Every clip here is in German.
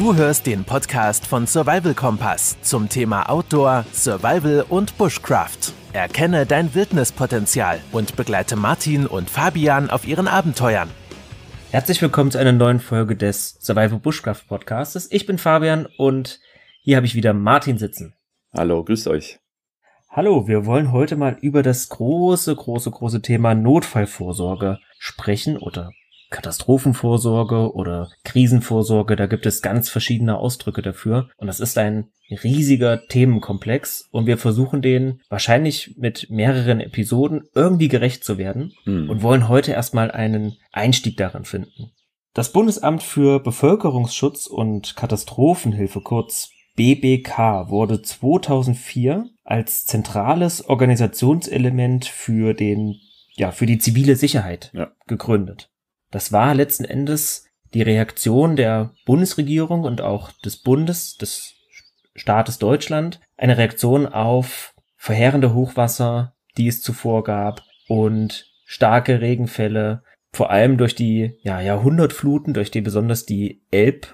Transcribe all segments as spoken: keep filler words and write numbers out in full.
Du hörst den Podcast von Survival Kompass zum Thema Outdoor, Survival und Bushcraft. Erkenne dein Wildnispotenzial und begleite Martin und Fabian auf ihren Abenteuern. Herzlich willkommen zu einer neuen Folge des Survival Bushcraft Podcasts. Ich bin Fabian und hier habe ich wieder Martin sitzen. Hallo, grüßt euch. Hallo, wir wollen heute mal über das große, große, große Thema Notfallvorsorge sprechen oder Katastrophenvorsorge oder Krisenvorsorge. Da gibt es ganz verschiedene Ausdrücke dafür und das ist ein riesiger Themenkomplex und wir versuchen den wahrscheinlich mit mehreren Episoden irgendwie gerecht zu werden hm. und wollen heute erstmal einen Einstieg darin finden. Das Bundesamt für Bevölkerungsschutz und Katastrophenhilfe, kurz B B K, wurde zweitausendvier als zentrales Organisationselement für den, ja, für die zivile Sicherheit ja. gegründet. Das war letzten Endes die Reaktion der Bundesregierung und auch des Bundes, des Staates Deutschland, eine Reaktion auf verheerende Hochwasser, die es zuvor gab und starke Regenfälle, vor allem durch die ja, Jahrhundertfluten, durch die besonders die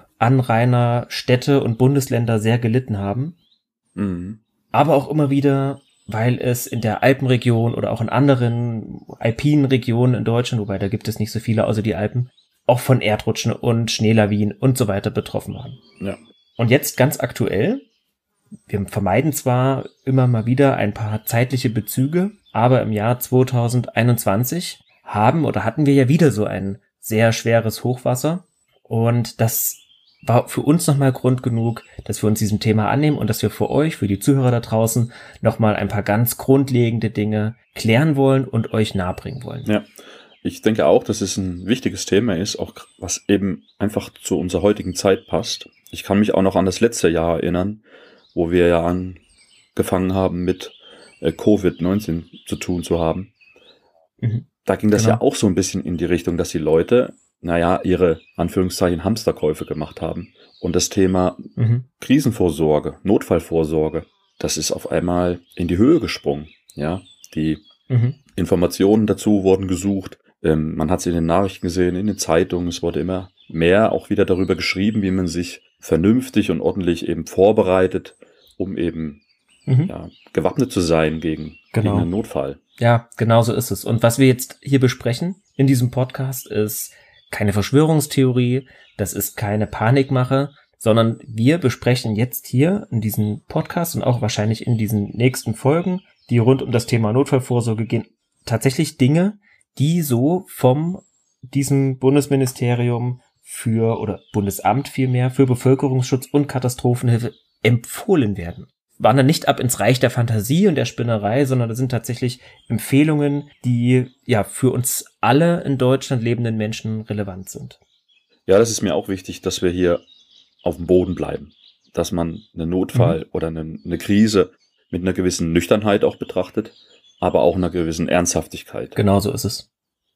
Elbanrainerstädte und Bundesländer sehr gelitten haben. Mhm. Aber auch immer wieder, weil es in der Alpenregion oder auch in anderen alpinen Regionen in Deutschland, wobei da gibt es nicht so viele außer die Alpen, auch von Erdrutschen und Schneelawinen und so weiter betroffen waren. Ja. Und jetzt ganz aktuell, wir vermeiden zwar immer mal wieder ein paar zeitliche Bezüge, aber im Jahr zweitausendeinundzwanzig haben oder hatten wir ja wieder so ein sehr schweres Hochwasser und das war für uns nochmal Grund genug, dass wir uns diesem Thema annehmen und dass wir für euch, für die Zuhörer da draußen, nochmal ein paar ganz grundlegende Dinge klären wollen und euch nahebringen wollen. Ja, ich denke auch, dass es ein wichtiges Thema ist, auch was eben einfach zu unserer heutigen Zeit passt. Ich kann mich auch noch an das letzte Jahr erinnern, wo wir ja angefangen haben, mit äh, Covid neunzehn zu tun zu haben. Mhm. Da ging das genau. ja auch so ein bisschen in die Richtung, dass die Leute naja, ihre, Anführungszeichen, Hamsterkäufe gemacht haben. Und das Thema mhm. Krisenvorsorge, Notfallvorsorge, das ist auf einmal in die Höhe gesprungen. Ja, die mhm. Informationen dazu wurden gesucht. Ähm, man hat es in den Nachrichten gesehen, in den Zeitungen. Es wurde immer mehr auch wieder darüber geschrieben, wie man sich vernünftig und ordentlich eben vorbereitet, um eben mhm. ja, gewappnet zu sein gegen, genau. gegen einen Notfall. Ja, genau so ist es. Und was wir jetzt hier besprechen in diesem Podcast ist keine Verschwörungstheorie, das ist keine Panikmache, sondern wir besprechen jetzt hier in diesem Podcast und auch wahrscheinlich in diesen nächsten Folgen, die rund um das Thema Notfallvorsorge gehen, tatsächlich Dinge, die so vom diesem Bundesministerium für oder Bundesamt vielmehr für Bevölkerungsschutz und Katastrophenhilfe empfohlen werden. Wandern nicht ab ins Reich der Fantasie und der Spinnerei, sondern das sind tatsächlich Empfehlungen, die ja für uns alle in Deutschland lebenden Menschen relevant sind. Ja, das ist mir auch wichtig, dass wir hier auf dem Boden bleiben, dass man einen Notfall mhm. oder eine, eine Krise mit einer gewissen Nüchternheit auch betrachtet, aber auch einer gewissen Ernsthaftigkeit. Genau so ist es.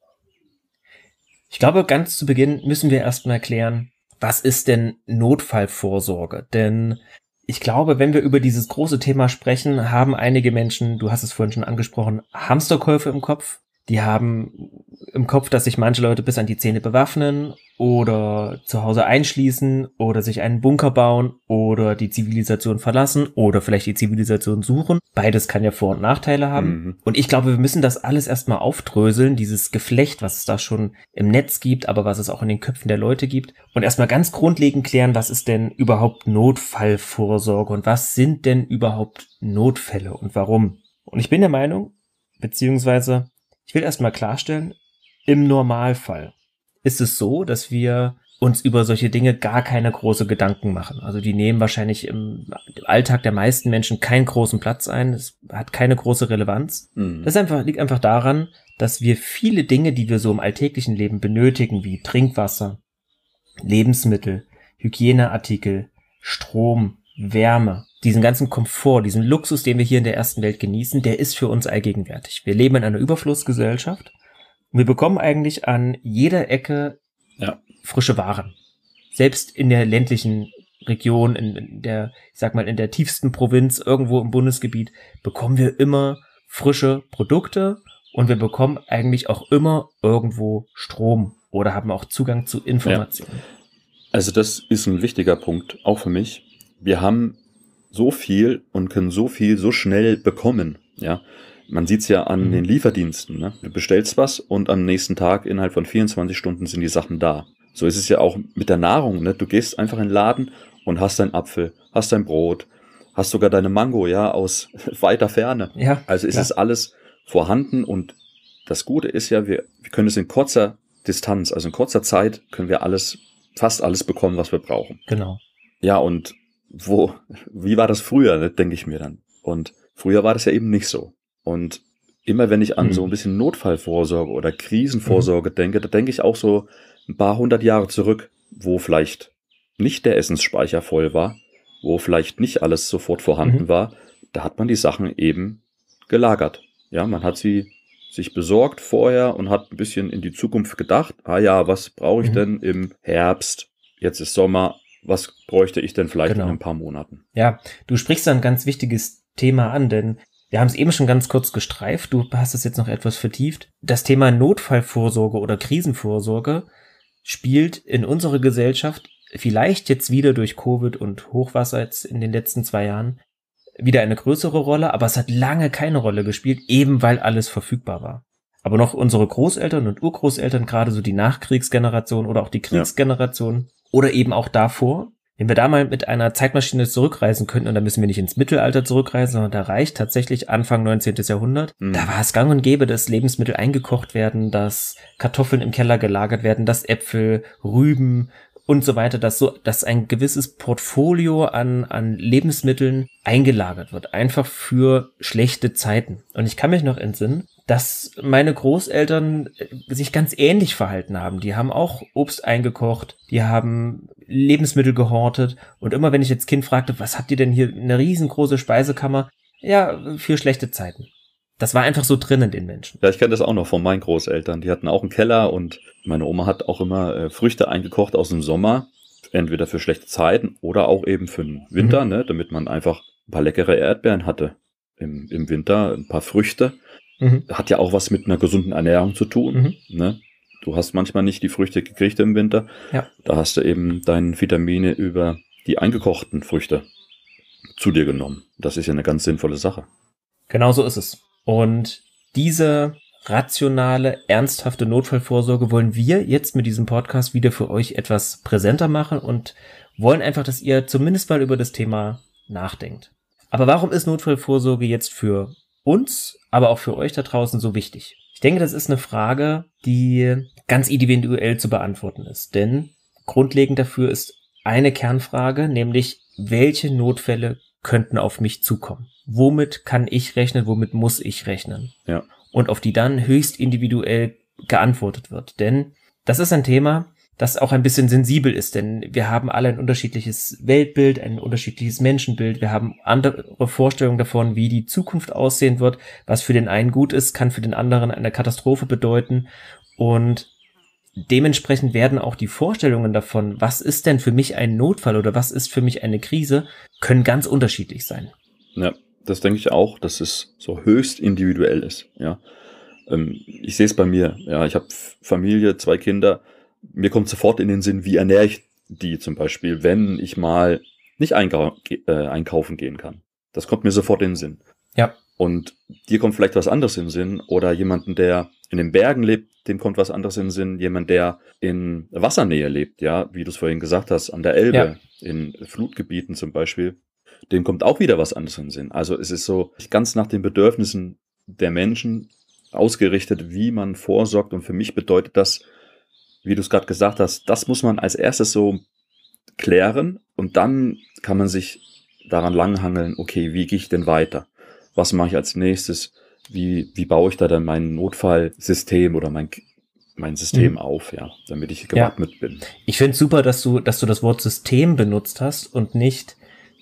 Ich glaube, ganz zu Beginn müssen wir erstmal erklären, was ist denn Notfallvorsorge? Denn ich glaube, wenn wir über dieses große Thema sprechen, haben einige Menschen, du hast es vorhin schon angesprochen, Hamsterkäufe im Kopf. Die haben im Kopf, dass sich manche Leute bis an die Zähne bewaffnen oder zu Hause einschließen oder sich einen Bunker bauen oder die Zivilisation verlassen oder vielleicht die Zivilisation suchen. Beides kann ja Vor- und Nachteile haben. Mhm. Und ich glaube, wir müssen das alles erstmal aufdröseln, dieses Geflecht, was es da schon im Netz gibt, aber was es auch in den Köpfen der Leute gibt. Und erstmal ganz grundlegend klären, was ist denn überhaupt Notfallvorsorge und was sind denn überhaupt Notfälle und warum? Und ich bin der Meinung, beziehungsweise ich will erstmal klarstellen, im Normalfall ist es so, dass wir uns über solche Dinge gar keine große Gedanken machen. Also die nehmen wahrscheinlich im Alltag der meisten Menschen keinen großen Platz ein. Es hat keine große Relevanz. Mhm. Das einfach, liegt einfach daran, dass wir viele Dinge, die wir so im alltäglichen Leben benötigen, wie Trinkwasser, Lebensmittel, Hygieneartikel, Strom, Wärme, diesen ganzen Komfort, diesen Luxus, den wir hier in der ersten Welt genießen, der ist für uns allgegenwärtig. Wir leben in einer Überflussgesellschaft und wir bekommen eigentlich an jeder Ecke ja. frische Waren. Selbst in der ländlichen Region, in der, ich sag mal, in der tiefsten Provinz, irgendwo im Bundesgebiet, bekommen wir immer frische Produkte und wir bekommen eigentlich auch immer irgendwo Strom oder haben auch Zugang zu Informationen. Ja. Also das ist ein wichtiger Punkt, auch für mich. Wir haben so viel und können so viel so schnell bekommen, ja. Man sieht's ja an mhm. den Lieferdiensten, ne? Du bestellst was und am nächsten Tag innerhalb von vierundzwanzig Stunden sind die Sachen da. So ist es ja auch mit der Nahrung, ne? Du gehst einfach in den Laden und hast deinen Apfel, hast dein Brot, hast sogar deine Mango, ja, aus weiter Ferne. Ja, also ist es alles vorhanden und das Gute ist ja, wir, wir können es in kurzer Distanz, also in kurzer Zeit können wir alles, fast alles bekommen, was wir brauchen. Genau. Ja, und wo, wie war das früher, ne, denke ich mir dann. Und früher war das ja eben nicht so. Und immer wenn ich an mhm. so ein bisschen Notfallvorsorge oder Krisenvorsorge mhm. denke, da denke ich auch so ein paar hundert Jahre zurück, wo vielleicht nicht der Essensspeicher voll war, wo vielleicht nicht alles sofort vorhanden mhm. war. Da hat man die Sachen eben gelagert. Ja, man hat sie sich besorgt vorher und hat ein bisschen in die Zukunft gedacht. Ah ja, was brauche ich mhm. denn im Herbst? Jetzt ist Sommer. Was bräuchte ich denn vielleicht genau. in ein paar Monaten? Ja, du sprichst da ein ganz wichtiges Thema an, denn wir haben es eben schon ganz kurz gestreift. Du hast es jetzt noch etwas vertieft. Das Thema Notfallvorsorge oder Krisenvorsorge spielt in unserer Gesellschaft vielleicht jetzt wieder durch Covid und Hochwasser jetzt in den letzten zwei Jahren wieder eine größere Rolle, aber es hat lange keine Rolle gespielt, eben weil alles verfügbar war. Aber noch unsere Großeltern und Urgroßeltern, gerade so die Nachkriegsgeneration oder auch die Kriegsgeneration, ja. oder eben auch davor, wenn wir da mal mit einer Zeitmaschine zurückreisen könnten, und da müssen wir nicht ins Mittelalter zurückreisen, sondern da reicht tatsächlich Anfang neunzehnten Jahrhundert, mhm. da war es gang und gäbe, dass Lebensmittel eingekocht werden, dass Kartoffeln im Keller gelagert werden, dass Äpfel, Rüben und so weiter, dass so, dass ein gewisses Portfolio an, an Lebensmitteln eingelagert wird, einfach für schlechte Zeiten. Und ich kann mich noch entsinnen, dass meine Großeltern sich ganz ähnlich verhalten haben. Die haben auch Obst eingekocht, die haben Lebensmittel gehortet und immer wenn ich als Kind fragte, was habt ihr denn hier, eine riesengroße Speisekammer? Ja, für schlechte Zeiten. Das war einfach so drin in den Menschen. Ja, ich kenne das auch noch von meinen Großeltern. Die hatten auch einen Keller und meine Oma hat auch immer äh, Früchte eingekocht aus dem Sommer. Entweder für schlechte Zeiten oder auch eben für den Winter, mhm. ne, damit man einfach ein paar leckere Erdbeeren hatte. Im, im Winter ein paar Früchte. Mhm. Hat ja auch was mit einer gesunden Ernährung zu tun. Mhm. Ne? Du hast manchmal nicht die Früchte gekriegt im Winter. Ja. Da hast du eben deine Vitamine über die eingekochten Früchte zu dir genommen. Das ist ja eine ganz sinnvolle Sache. Genau so ist es. Und diese rationale, ernsthafte Notfallvorsorge wollen wir jetzt mit diesem Podcast wieder für euch etwas präsenter machen und wollen einfach, dass ihr zumindest mal über das Thema nachdenkt. Aber warum ist Notfallvorsorge jetzt für uns, aber auch für euch da draußen so wichtig? Ich denke, das ist eine Frage, die ganz individuell zu beantworten ist. Denn grundlegend dafür ist eine Kernfrage, nämlich welche Notfälle könnten auf mich zukommen? Womit kann ich rechnen, womit muss ich rechnen? Ja. Und auf die dann höchst individuell geantwortet wird. Denn das ist ein Thema, das auch ein bisschen sensibel ist, denn wir haben alle ein unterschiedliches Weltbild, ein unterschiedliches Menschenbild, wir haben andere Vorstellungen davon, wie die Zukunft aussehen wird, was für den einen gut ist, kann für den anderen eine Katastrophe bedeuten und dementsprechend werden auch die Vorstellungen davon, was ist denn für mich ein Notfall oder was ist für mich eine Krise, können ganz unterschiedlich sein. Ja, das denke ich auch, dass es so höchst individuell ist, ja. Ähm, ich sehe es bei mir, ja, ich habe Familie, zwei Kinder. Mir kommt sofort in den Sinn, wie ernähre ich die zum Beispiel, wenn ich mal nicht einkau- äh, einkaufen gehen kann. Das kommt mir sofort in den Sinn. Ja. Und dir kommt vielleicht was anderes in den Sinn oder jemanden, der in den Bergen lebt, dem kommt was anderes in den Sinn. Jemand, der in Wassernähe lebt, ja, wie du es vorhin gesagt hast, an der Elbe, ja. in Flutgebieten zum Beispiel, dem kommt auch wieder was anderes in den Sinn. Also es ist so ganz nach den Bedürfnissen der Menschen ausgerichtet, wie man vorsorgt. Und für mich bedeutet das, wie du es gerade gesagt hast, das muss man als erstes so klären und dann kann man sich daran langhangeln, okay, wie gehe ich denn weiter? Was mache ich als nächstes? Wie, wie baue ich da dann mein Notfallsystem oder mein, mein System mhm. auf, ja, damit ich gewappnet ja. bin? Ich finde es super, dass du, dass du das Wort System benutzt hast und nicht,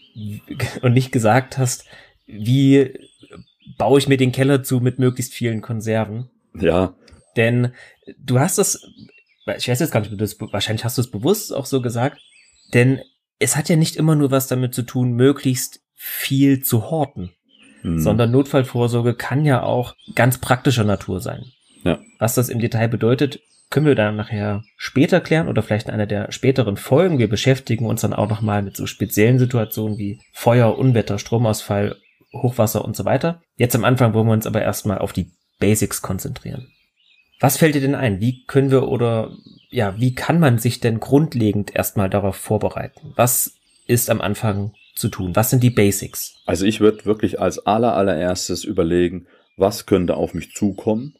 und nicht gesagt hast, wie baue ich mir den Keller zu mit möglichst vielen Konserven? Ja. Denn du hast das, ich weiß jetzt gar nicht, das, wahrscheinlich hast du es bewusst auch so gesagt, denn es hat ja nicht immer nur was damit zu tun, möglichst viel zu horten, hm. sondern Notfallvorsorge kann ja auch ganz praktischer Natur sein. Ja. Was das im Detail bedeutet, können wir dann nachher später klären oder vielleicht in einer der späteren Folgen. Wir beschäftigen uns dann auch nochmal mit so speziellen Situationen wie Feuer, Unwetter, Stromausfall, Hochwasser und so weiter. Jetzt am Anfang wollen wir uns aber erstmal auf die Basics konzentrieren. Was fällt dir denn ein? Wie können wir oder ja, wie kann man sich denn grundlegend erstmal darauf vorbereiten? Was ist am Anfang zu tun? Was sind die Basics? Also ich würde wirklich als aller allererstes überlegen, was könnte auf mich zukommen?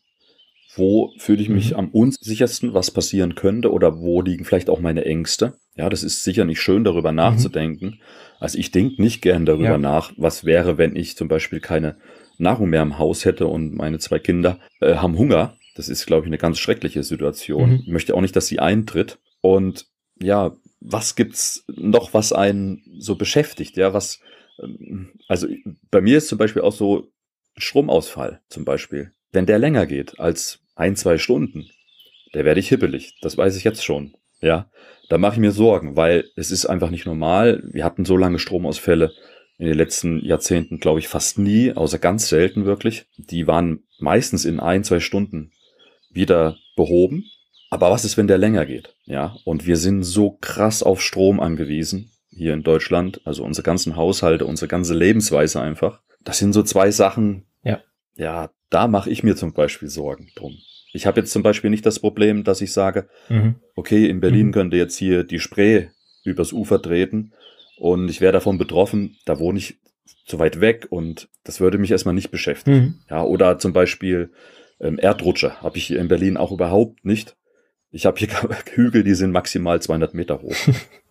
Wo fühle ich mich mhm. am unsichersten, was passieren könnte oder wo liegen vielleicht auch meine Ängste? Ja, das ist sicher nicht schön, darüber nachzudenken. Mhm. Also ich denke nicht gern darüber ja. nach, was wäre, wenn ich zum Beispiel keine Nahrung mehr im Haus hätte und meine zwei Kinder äh, haben Hunger. Das ist, glaube ich, eine ganz schreckliche Situation. Mhm. Ich möchte auch nicht, dass sie eintritt. Und ja, was gibt's noch, was einen so beschäftigt? Ja, was, also bei mir ist zum Beispiel auch so Stromausfall zum Beispiel. Wenn der länger geht als ein, zwei Stunden, da werde ich hibbelig. Das weiß ich jetzt schon. Ja, da mache ich mir Sorgen, weil es ist einfach nicht normal. Wir hatten so lange Stromausfälle in den letzten Jahrzehnten, glaube ich, fast nie, außer ganz selten wirklich. Die waren meistens in ein, zwei Stunden wieder behoben. Aber was ist, wenn der länger geht? Ja, und wir sind so krass auf Strom angewiesen hier in Deutschland, also unsere ganzen Haushalte, unsere ganze Lebensweise einfach. Das sind so zwei Sachen, ja, ja, da mache ich mir zum Beispiel Sorgen drum. Ich habe jetzt zum Beispiel nicht das Problem, dass ich sage, mhm. okay, in Berlin mhm. könnte jetzt hier die Spree übers Ufer treten und ich wäre davon betroffen, da wohne ich zu weit weg und das würde mich erstmal nicht beschäftigen. Mhm. Ja, oder zum Beispiel ähm, Erdrutsche habe ich hier in Berlin auch überhaupt nicht. Ich habe hier Hügel, die sind maximal zweihundert Meter hoch.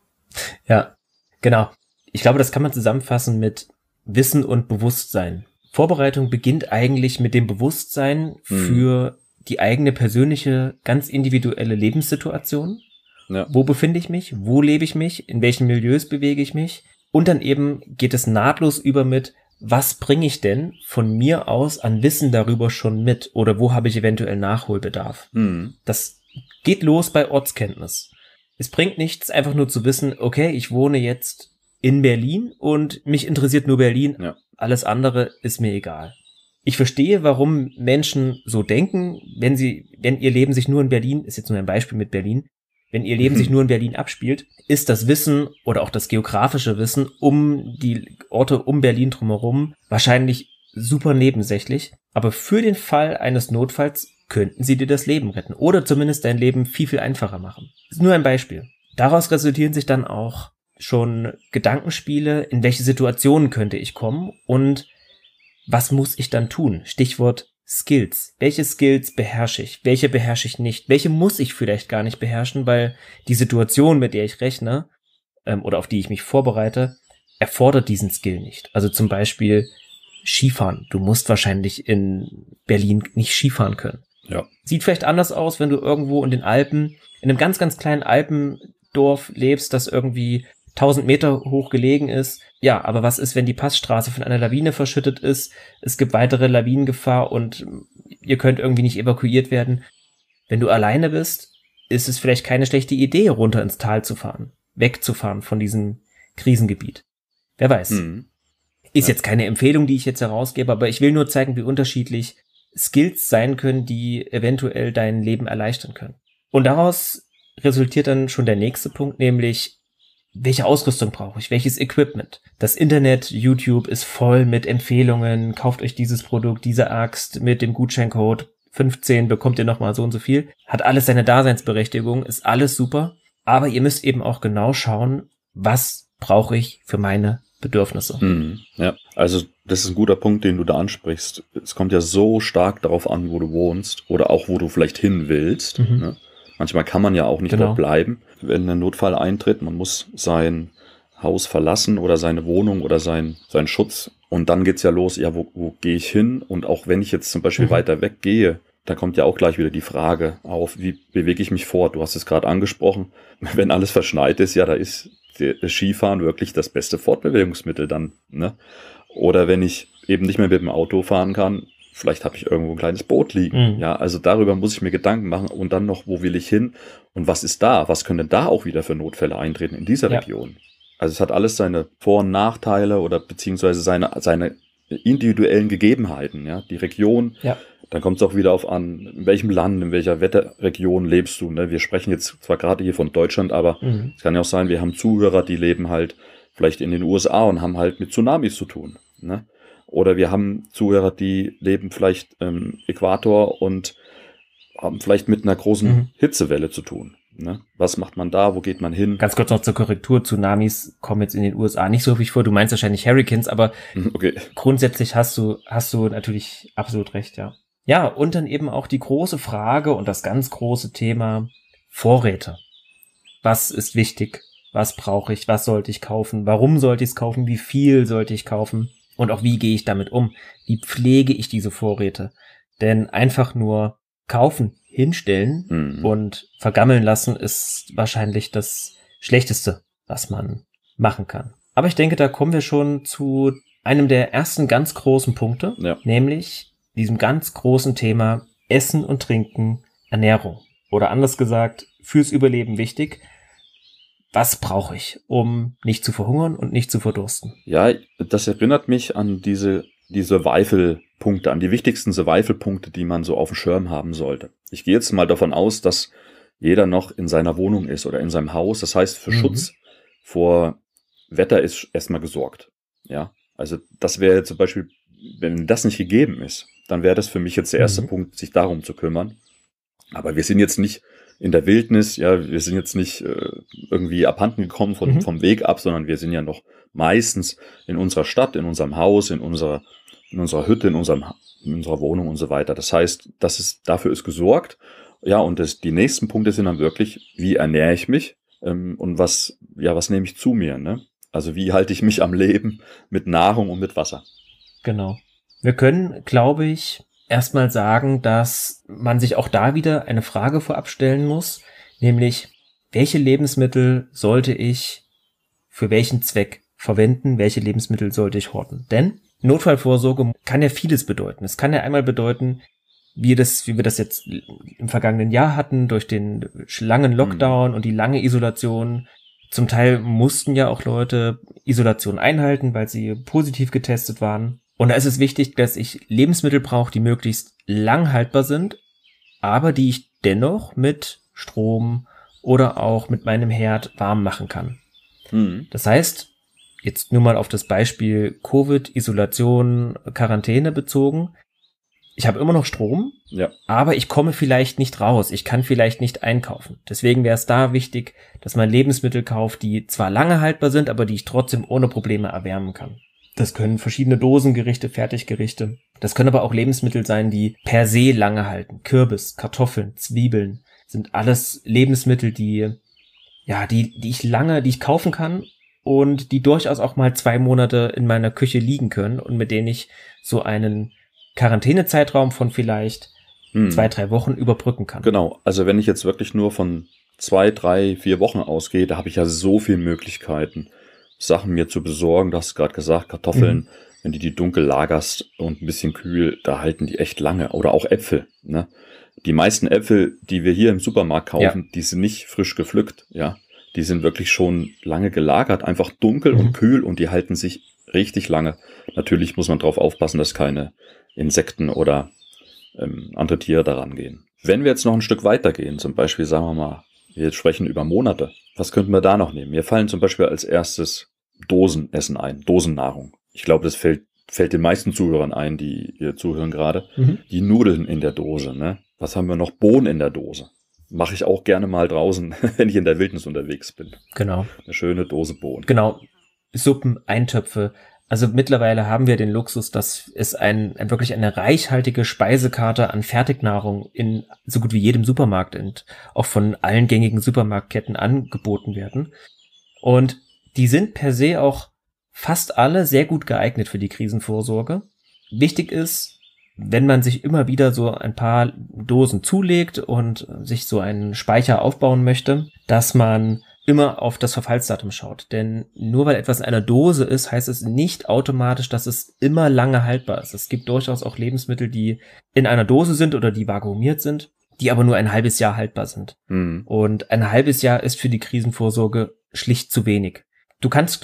Ja, genau. Ich glaube, das kann man zusammenfassen mit Wissen und Bewusstsein. Vorbereitung beginnt eigentlich mit dem Bewusstsein für hm. die eigene persönliche, ganz individuelle Lebenssituation. Ja. Wo befinde ich mich? Wo lebe ich mich? In welchen Milieus bewege ich mich? Und dann eben geht es nahtlos über mit, was bringe ich denn von mir aus an Wissen darüber schon mit? Oder wo habe ich eventuell Nachholbedarf? Hm. Das geht los bei Ortskenntnis. Es bringt nichts, einfach nur zu wissen, okay, ich wohne jetzt in Berlin und mich interessiert nur Berlin. Ja. Alles andere ist mir egal. Ich verstehe, warum Menschen so denken, wenn sie, wenn ihr Leben sich nur in Berlin, ist jetzt nur ein Beispiel mit Berlin, wenn ihr Leben sich nur in Berlin abspielt, ist das Wissen oder auch das geografische Wissen um die Orte um Berlin drumherum wahrscheinlich super nebensächlich. Aber für den Fall eines Notfalls könnten sie dir das Leben retten oder zumindest dein Leben viel, viel einfacher machen. Das ist nur ein Beispiel. Daraus resultieren sich dann auch schon Gedankenspiele, in welche Situationen könnte ich kommen und was muss ich dann tun? Stichwort Skills. Welche Skills beherrsche ich? Welche beherrsche ich nicht? Welche muss ich vielleicht gar nicht beherrschen, weil die Situation, mit der ich rechne ähm, oder auf die ich mich vorbereite, erfordert diesen Skill nicht. Also zum Beispiel Skifahren. Du musst wahrscheinlich in Berlin nicht Skifahren können. Ja. Sieht vielleicht anders aus, wenn du irgendwo in den Alpen, in einem ganz, ganz kleinen Alpendorf lebst, das irgendwie tausend Meter hoch gelegen ist. Ja, aber was ist, wenn die Passstraße von einer Lawine verschüttet ist? Es gibt weitere Lawinengefahr und ihr könnt irgendwie nicht evakuiert werden. Wenn du alleine bist, ist es vielleicht keine schlechte Idee, runter ins Tal zu fahren, wegzufahren von diesem Krisengebiet. Wer weiß. Hm. Ist ja jetzt keine Empfehlung, die ich jetzt herausgebe, aber ich will nur zeigen, wie unterschiedlich Skills sein können, die eventuell dein Leben erleichtern können. Und daraus resultiert dann schon der nächste Punkt, nämlich welche Ausrüstung brauche ich? Welches Equipment? Das Internet, YouTube ist voll mit Empfehlungen. Kauft euch dieses Produkt, diese Axt mit dem Gutscheincode fünfzehn, bekommt ihr nochmal so und so viel. Hat alles seine Daseinsberechtigung, ist alles super. Aber ihr müsst eben auch genau schauen, was brauche ich für meine Bedürfnisse. Mhm, ja, also das ist ein guter Punkt, den du da ansprichst. Es kommt ja so stark darauf an, wo du wohnst oder auch, wo du vielleicht hin willst. Mhm. Ne? Manchmal kann man ja auch nicht genau. dort bleiben, wenn ein Notfall eintritt. Man muss sein Haus verlassen oder seine Wohnung oder sein, sein Schutz. Und dann geht's ja los, ja, wo, wo gehe ich hin? Und auch wenn ich jetzt zum Beispiel mhm. weiter weg gehe, da kommt ja auch gleich wieder die Frage auf, wie bewege ich mich fort? Du hast es gerade angesprochen. Wenn alles verschneit ist, ja, da ist das Skifahren wirklich das beste Fortbewegungsmittel dann. Ne? Oder wenn ich eben nicht mehr mit dem Auto fahren kann, vielleicht habe ich irgendwo ein kleines Boot liegen. Mhm. Ja, also darüber muss ich mir Gedanken machen. Und dann noch, wo will ich hin? Und was ist da? Was können da auch wieder für Notfälle eintreten in dieser ja. Region? Also es hat alles seine Vor- und Nachteile oder beziehungsweise seine, seine individuellen Gegebenheiten. Ja, die Region, ja. Dann kommt es auch wieder auf an, in welchem Land, in welcher Wetterregion lebst du. Ne? Wir sprechen jetzt zwar gerade hier von Deutschland, aber mhm. es kann ja auch sein, wir haben Zuhörer, die leben halt vielleicht in den U S A und haben halt mit Tsunamis zu tun. Ne? Oder wir haben Zuhörer, die leben vielleicht im Äquator und haben vielleicht mit einer großen mhm. Hitzewelle zu tun. Ne? Was macht man da? Wo geht man hin? Ganz kurz noch zur Korrektur. Tsunamis kommen jetzt in den U S A nicht so häufig vor. Du meinst wahrscheinlich Hurricanes, aber okay. Grundsätzlich hast du, hast du natürlich absolut recht, ja. Ja, und dann eben auch die große Frage und das ganz große Thema Vorräte. Was ist wichtig? Was brauche ich? Was sollte ich kaufen? Warum sollte ich es kaufen? Wie viel sollte ich kaufen? Und auch wie gehe ich damit um? Wie pflege ich diese Vorräte? Denn einfach nur kaufen, hinstellen mhm. und vergammeln lassen ist wahrscheinlich das Schlechteste, was man machen kann. Aber ich denke, da kommen wir schon zu einem der ersten ganz großen Punkte, ja. nämlich diesem ganz großen Thema Essen und Trinken, Ernährung. Oder anders gesagt, fürs Überleben wichtig. Was brauche ich, um nicht zu verhungern und nicht zu verdursten? Ja, das erinnert mich an diese, die Survival-Punkte, an die wichtigsten Survival-Punkte, die man so auf dem Schirm haben sollte. Ich gehe jetzt mal davon aus, dass jeder noch in seiner Wohnung ist oder in seinem Haus. Das heißt, für mhm. Schutz vor Wetter ist erstmal gesorgt. Ja, also das wäre zum Beispiel, wenn das nicht gegeben ist, dann wäre das für mich jetzt der erste mhm. Punkt, sich darum zu kümmern. Aber wir sind jetzt nicht in der Wildnis, ja, wir sind jetzt nicht äh, irgendwie abhanden gekommen von, mhm. vom Weg ab, sondern wir sind ja noch meistens in unserer Stadt, in unserem Haus, in unserer, in unserer Hütte, in unserem, in unserer Wohnung und so weiter. Das heißt, das ist, dafür ist gesorgt. Ja, und das, die nächsten Punkte sind dann wirklich, wie ernähre ich mich ähm, und was, ja, was nehme ich zu mir, ne? Also wie halte ich mich am Leben mit Nahrung und mit Wasser? Genau. Wir können, glaube ich, erstmal sagen, dass man sich auch da wieder eine Frage vorab stellen muss, nämlich, welche Lebensmittel sollte ich für welchen Zweck verwenden, welche Lebensmittel sollte ich horten? Denn Notfallvorsorge kann ja vieles bedeuten. Es kann ja einmal bedeuten, wie das, wie wir das jetzt im vergangenen Jahr hatten, durch den langen Lockdown mhm. und die lange Isolation. Zum Teil mussten ja auch Leute Isolation einhalten, weil sie positiv getestet waren. Und da ist es wichtig, dass ich Lebensmittel brauche, die möglichst lang haltbar sind, aber die ich dennoch mit Strom oder auch mit meinem Herd warm machen kann. Mhm. Das heißt, jetzt nur mal auf das Beispiel Covid, Isolation, Quarantäne bezogen. Ich habe immer noch Strom, ja. aber ich komme vielleicht nicht raus. Ich kann vielleicht nicht einkaufen. Deswegen wäre es da wichtig, dass man Lebensmittel kauft, die zwar lange haltbar sind, aber die ich trotzdem ohne Probleme erwärmen kann. Das können verschiedene Dosengerichte, Fertiggerichte. Das können aber auch Lebensmittel sein, die per se lange halten. Kürbis, Kartoffeln, Zwiebeln sind alles Lebensmittel, die, ja, die, die ich lange, die ich kaufen kann und die durchaus auch mal zwei Monate in meiner Küche liegen können und mit denen ich so einen Quarantänezeitraum von vielleicht hm. zwei, drei Wochen überbrücken kann. Genau, also wenn ich jetzt wirklich nur von zwei, drei, vier Wochen ausgehe, da habe ich ja so viele Möglichkeiten, Sachen mir zu besorgen. Du hast gerade gesagt, Kartoffeln, mhm. wenn du die dunkel lagerst und ein bisschen kühl, da halten die echt lange. Oder auch Äpfel. Ne? Die meisten Äpfel, die wir hier im Supermarkt kaufen, ja. die sind nicht frisch gepflückt. Ja, die sind wirklich schon lange gelagert, einfach dunkel mhm. und kühl und die halten sich richtig lange. Natürlich muss man drauf aufpassen, dass keine Insekten oder ähm, andere Tiere daran gehen. Wenn wir jetzt noch ein Stück weiter gehen, zum Beispiel, sagen wir mal, wir sprechen über Monate. Was könnten wir da noch nehmen? Mir fallen zum Beispiel als erstes Dosenessen ein, Dosennahrung. Ich glaube, das fällt, fällt den meisten Zuhörern ein, die hier zuhören gerade. Mhm. Die Nudeln in der Dose, ne? Was haben wir noch? Bohnen in der Dose. Mache ich auch gerne mal draußen, wenn ich in der Wildnis unterwegs bin. Genau. Eine schöne Dose Bohnen. Genau. Suppen, Eintöpfe. Also mittlerweile haben wir den Luxus, dass es ein, ein wirklich eine reichhaltige Speisekarte an Fertignahrung in so gut wie jedem Supermarkt und auch von allen gängigen Supermarktketten angeboten werden. Und die sind per se auch fast alle sehr gut geeignet für die Krisenvorsorge. Wichtig ist, wenn man sich immer wieder so ein paar Dosen zulegt und sich so einen Speicher aufbauen möchte, dass man immer auf das Verfallsdatum schaut. Denn nur weil etwas in einer Dose ist, heißt es nicht automatisch, dass es immer lange haltbar ist. Es gibt durchaus auch Lebensmittel, die in einer Dose sind oder die vakuumiert sind, die aber nur ein halbes Jahr haltbar sind. Mhm. Und ein halbes Jahr ist für die Krisenvorsorge schlicht zu wenig. Du kannst Glück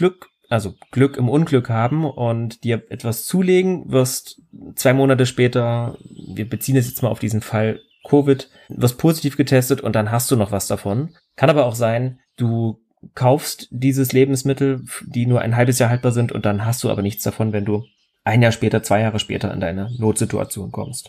also Glück im Unglück haben und dir etwas zulegen, wirst zwei Monate später, wir beziehen es jetzt mal auf diesen Fall Covid, wirst positiv getestet und dann hast du noch was davon. Kann aber auch sein, du kaufst dieses Lebensmittel, die nur ein halbes Jahr haltbar sind und dann hast du aber nichts davon, wenn du ein Jahr später, zwei Jahre später in deine Notsituation kommst.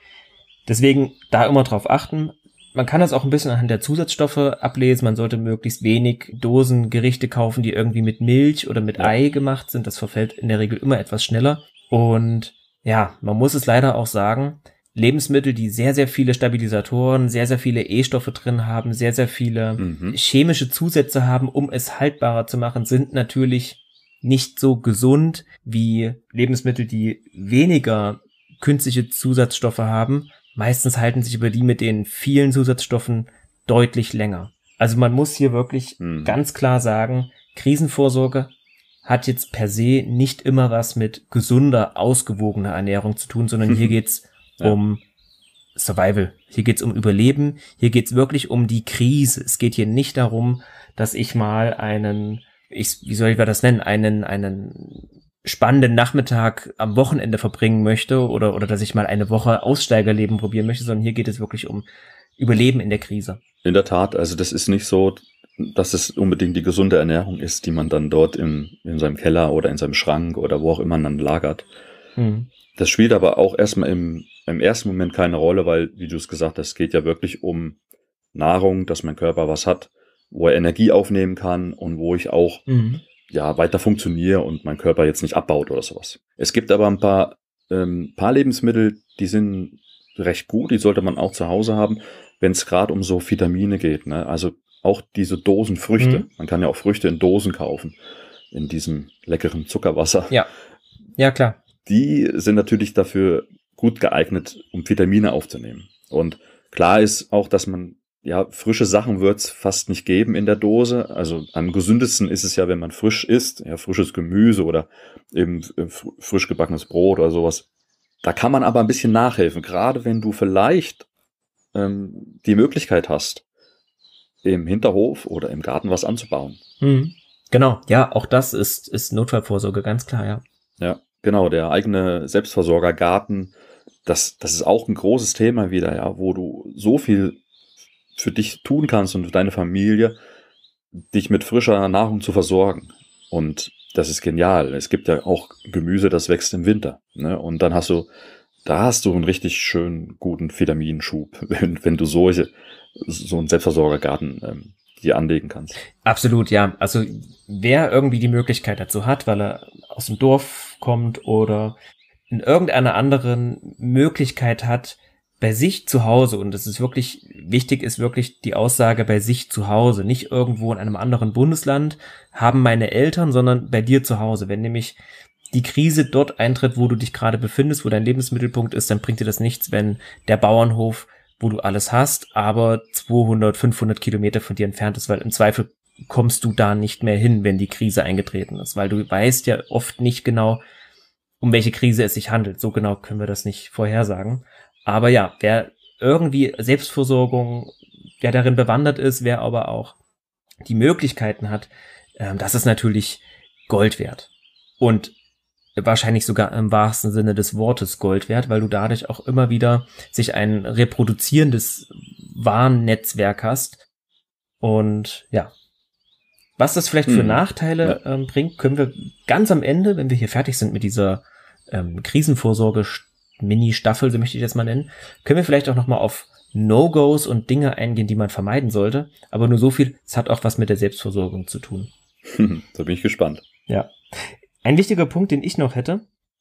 Deswegen da immer drauf achten. Man kann das auch ein bisschen anhand der Zusatzstoffe ablesen. Man sollte möglichst wenig Dosengerichte kaufen, die irgendwie mit Milch oder mit ja. Ei gemacht sind. Das verfällt in der Regel immer etwas schneller. Und ja, man muss es leider auch sagen, Lebensmittel, die sehr, sehr viele Stabilisatoren, sehr, sehr viele E-Stoffe drin haben, sehr, sehr viele mhm. chemische Zusätze haben, um es haltbarer zu machen, sind natürlich nicht so gesund wie Lebensmittel, die weniger künstliche Zusatzstoffe haben. Meistens halten sich über die mit den vielen Zusatzstoffen deutlich länger. Also man muss hier wirklich mhm. ganz klar sagen, Krisenvorsorge hat jetzt per se nicht immer was mit gesunder, ausgewogener Ernährung zu tun, sondern hier geht's ja. um Survival. Hier geht's um Überleben. Hier geht's wirklich um die Krise. Es geht hier nicht darum, dass ich mal einen, ich, wie soll ich das nennen, einen, einen spannenden Nachmittag am Wochenende verbringen möchte oder, oder dass ich mal eine Woche Aussteigerleben probieren möchte, sondern hier geht es wirklich um Überleben in der Krise. In der Tat, also das ist nicht so, dass es unbedingt die gesunde Ernährung ist, die man dann dort im, in seinem Keller oder in seinem Schrank oder wo auch immer dann lagert. Mhm. Das spielt aber auch erstmal im, im ersten Moment keine Rolle, weil, wie du es gesagt hast, es geht ja wirklich um Nahrung, dass mein Körper was hat, wo er Energie aufnehmen kann und wo ich auch mhm. ja, weiter funktioniere und mein Körper jetzt nicht abbaut oder sowas. Es gibt aber ein paar, ähm, paar Lebensmittel, die sind recht gut, die sollte man auch zu Hause haben, wenn es gerade um so Vitamine geht, ne? Also auch diese Dosenfrüchte. Mhm. Man kann ja auch Früchte in Dosen kaufen, in diesem leckeren Zuckerwasser. Ja, ja klar. Die sind natürlich dafür gut geeignet, um Vitamine aufzunehmen. Und klar ist auch, dass man ja, frische Sachen wird es fast nicht geben in der Dose. Also am gesündesten ist es ja, wenn man frisch isst, ja, frisches Gemüse oder eben frisch gebackenes Brot oder sowas. Da kann man aber ein bisschen nachhelfen, gerade wenn du vielleicht ähm, die Möglichkeit hast, im Hinterhof oder im Garten was anzubauen. Mhm. Genau, ja, auch das ist, ist Notfallvorsorge, ganz klar, ja. Ja, genau, der eigene Selbstversorgergarten, das, das ist auch ein großes Thema wieder, ja, wo du so viel für dich tun kannst und für deine Familie, dich mit frischer Nahrung zu versorgen. Und das ist genial. Es gibt ja auch Gemüse, das wächst im Winter. Ne? Und dann hast du, da hast du einen richtig schönen, guten Vitaminschub, wenn, wenn du solche, so einen Selbstversorgergarten ähm, dir anlegen kannst. Absolut, ja. Also wer irgendwie die Möglichkeit dazu hat, weil er aus dem Dorf kommt oder in irgendeiner anderen Möglichkeit hat, bei sich zu Hause, und das ist wirklich wichtig, ist wirklich die Aussage bei sich zu Hause, nicht irgendwo in einem anderen Bundesland haben meine Eltern, sondern bei dir zu Hause. Wenn nämlich die Krise dort eintritt, wo du dich gerade befindest, wo dein Lebensmittelpunkt ist, dann bringt dir das nichts, wenn der Bauernhof, wo du alles hast, aber zweihundert, fünfhundert Kilometer von dir entfernt ist, weil im Zweifel kommst du da nicht mehr hin, wenn die Krise eingetreten ist, weil du weißt ja oft nicht genau, um welche Krise es sich handelt. So genau können wir das nicht vorhersagen. Aber ja, wer irgendwie Selbstversorgung, wer darin bewandert ist, wer aber auch die Möglichkeiten hat, ähm, das ist natürlich Gold wert. Und wahrscheinlich sogar im wahrsten Sinne des Wortes Gold wert, weil du dadurch auch immer wieder sich ein reproduzierendes Warnnetzwerk hast. Und ja, was das vielleicht für hm. Nachteile ja. ähm, bringt, können wir ganz am Ende, wenn wir hier fertig sind mit dieser ähm, Krisenvorsorge Mini-Staffel, so möchte ich das mal nennen, können wir vielleicht auch nochmal auf No-Gos und Dinge eingehen, die man vermeiden sollte. Aber nur so viel, es hat auch was mit der Selbstversorgung zu tun. Da bin ich gespannt. Ja. Ein wichtiger Punkt, den ich noch hätte,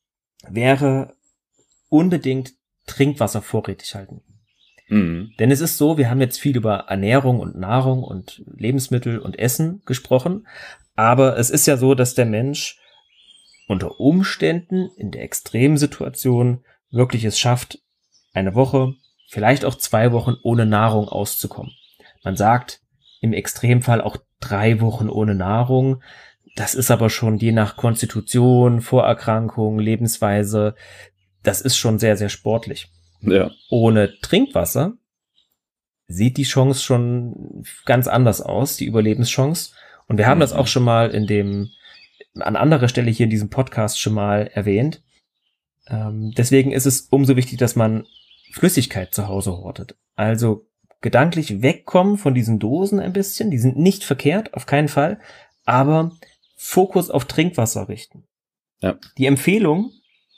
wäre unbedingt Trinkwasser vorrätig halten. Mhm. Denn es ist so, wir haben jetzt viel über Ernährung und Nahrung und Lebensmittel und Essen gesprochen, aber es ist ja so, dass der Mensch unter Umständen in der extremen Situation wirklich es schafft, eine Woche, vielleicht auch zwei Wochen ohne Nahrung auszukommen. Man sagt im Extremfall auch drei Wochen ohne Nahrung. Das ist aber schon je nach Konstitution, Vorerkrankung, Lebensweise, das ist schon sehr, sehr sportlich. Ja. Ohne Trinkwasser sieht die Chance schon ganz anders aus, die Überlebenschance. Und wir haben mhm. das auch schon mal in dem an anderer Stelle hier in diesem Podcast schon mal erwähnt. Ähm, deswegen ist es umso wichtig, dass man Flüssigkeit zu Hause hortet. Also gedanklich wegkommen von diesen Dosen ein bisschen. Die sind nicht verkehrt, auf keinen Fall. Aber Fokus auf Trinkwasser richten. Ja. Die Empfehlung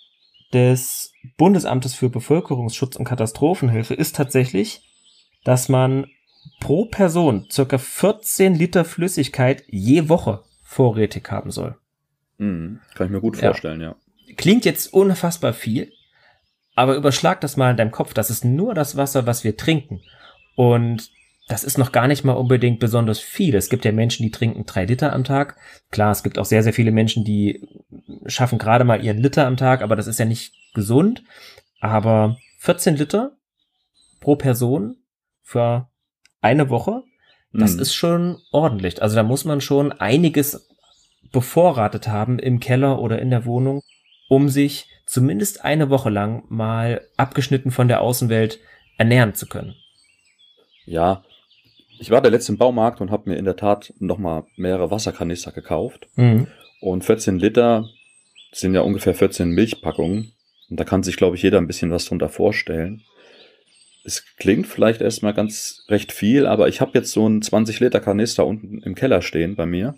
des Bundesamtes für Bevölkerungsschutz und Katastrophenhilfe ist tatsächlich, dass man pro Person circa vierzehn Liter Flüssigkeit je Woche vorrätig haben soll. Mhm. Kann ich mir gut vorstellen, ja. ja. Klingt jetzt unfassbar viel, aber überschlag das mal in deinem Kopf. Das ist nur das Wasser, was wir trinken. Und das ist noch gar nicht mal unbedingt besonders viel. Es gibt ja Menschen, die trinken drei Liter am Tag. Klar, es gibt auch sehr, sehr viele Menschen, die schaffen gerade mal ihren Liter am Tag, aber das ist ja nicht gesund. Aber vierzehn Liter pro Person für eine Woche, das Mhm. ist schon ordentlich. Also da muss man schon einiges bevorratet haben im Keller oder in der Wohnung, um sich zumindest eine Woche lang mal abgeschnitten von der Außenwelt ernähren zu können. Ja, ich war der letzte im Baumarkt und habe mir in der Tat nochmal mehrere Wasserkanister gekauft. Mhm. Und vierzehn Liter sind ja ungefähr vierzehn Milchpackungen. Und da kann sich, glaube ich, jeder ein bisschen was drunter vorstellen. Es klingt vielleicht erstmal ganz recht viel, aber ich habe jetzt so einen zwanzig Liter Kanister unten im Keller stehen bei mir.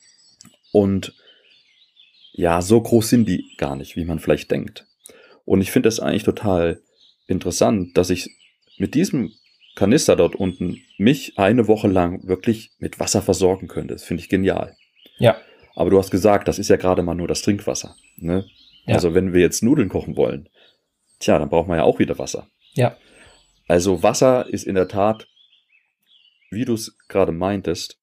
Und ja, so groß sind die gar nicht, wie man vielleicht denkt. Und ich finde es eigentlich total interessant, dass ich mit diesem Kanister dort unten mich eine Woche lang wirklich mit Wasser versorgen könnte. Das finde ich genial. Ja. Aber du hast gesagt, das ist ja gerade mal nur das Trinkwasser. Ne? Ja. Also wenn wir jetzt Nudeln kochen wollen, tja, dann brauchen wir ja auch wieder Wasser. Ja. Also Wasser ist in der Tat, wie du es gerade meintest,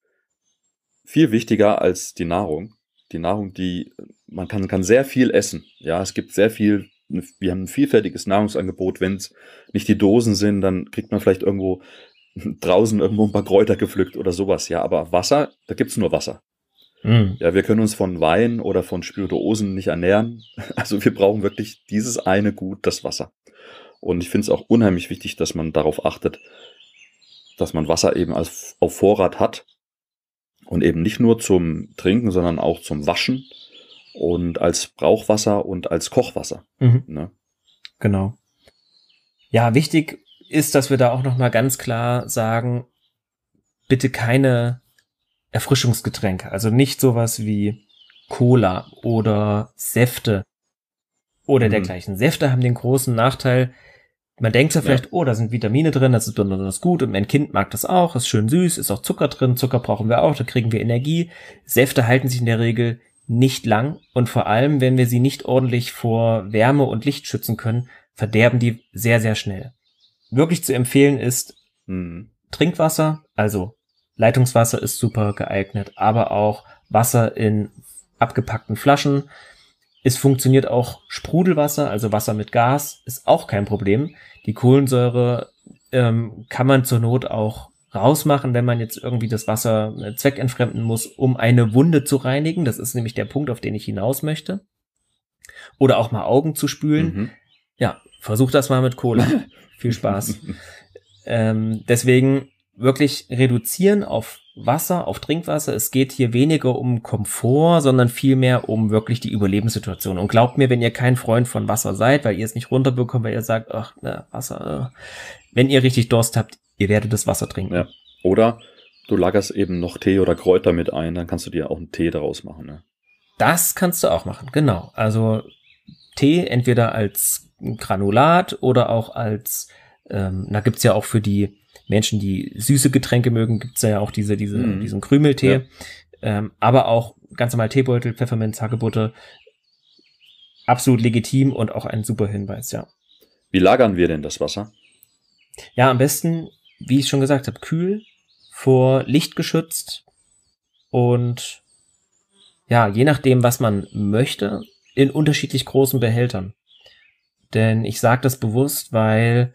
viel wichtiger als die Nahrung. Die Nahrung, die man kann, kann sehr viel essen. Ja, es gibt sehr viel, wir haben ein vielfältiges Nahrungsangebot. Wenn es nicht die Dosen sind, dann kriegt man vielleicht irgendwo draußen irgendwo ein paar Kräuter gepflückt oder sowas. Ja, aber Wasser, da gibt's nur Wasser. Mhm. Ja, wir können uns von Wein oder von Spirituosen nicht ernähren. Also wir brauchen wirklich dieses eine Gut, das Wasser. Und ich finde es auch unheimlich wichtig, dass man darauf achtet, dass man Wasser eben als, auf Vorrat hat. Und eben nicht nur zum Trinken, sondern auch zum Waschen und als Brauchwasser und als Kochwasser. Mhm. Ne? Genau. Ja, wichtig ist, dass wir da auch nochmal ganz klar sagen, bitte keine Erfrischungsgetränke. Also nicht sowas wie Cola oder Säfte oder Mhm. dergleichen. Säfte haben den großen Nachteil, man denkt ja vielleicht, ja. oh, da sind Vitamine drin, das ist besonders gut und mein Kind mag das auch, ist schön süß, ist auch Zucker drin, Zucker brauchen wir auch, da kriegen wir Energie. Säfte halten sich in der Regel nicht lang und vor allem, wenn wir sie nicht ordentlich vor Wärme und Licht schützen können, verderben die sehr, sehr schnell. Wirklich zu empfehlen ist Mhm. Trinkwasser, also Leitungswasser ist super geeignet, aber auch Wasser in abgepackten Flaschen. Es funktioniert auch Sprudelwasser, also Wasser mit Gas, ist auch kein Problem. Die Kohlensäure ähm, kann man zur Not auch rausmachen, wenn man jetzt irgendwie das Wasser äh, zweckentfremden muss, um eine Wunde zu reinigen. Das ist nämlich der Punkt, auf den ich hinaus möchte. Oder auch mal Augen zu spülen. Mhm. Ja, versuch das mal mit Cola. Viel Spaß. ähm, deswegen wirklich reduzieren auf Wasser, auf Trinkwasser. Es geht hier weniger um Komfort, sondern vielmehr um wirklich die Überlebenssituation. Und glaubt mir, wenn ihr kein Freund von Wasser seid, weil ihr es nicht runterbekommt, weil ihr sagt, ach, na, Wasser, äh. wenn ihr richtig Durst habt, ihr werdet das Wasser trinken. Ja. Oder du lagerst eben noch Tee oder Kräuter mit ein, dann kannst du dir auch einen Tee daraus machen. Ne? Das kannst du auch machen, genau. Also Tee entweder als Granulat oder auch als, ähm, da gibt's ja auch für die Menschen, die süße Getränke mögen, gibt's ja auch diese, diese, Mhm. diesen Krümeltee. Ja. Ähm, aber auch ganz normal Teebeutel, Pfefferminz, Hagebutte. Absolut legitim und auch ein super Hinweis, ja. Wie lagern wir denn das Wasser? Ja, am besten, wie ich schon gesagt habe, kühl, vor Licht geschützt und ja, je nachdem, was man möchte, in unterschiedlich großen Behältern. Denn ich sage das bewusst, weil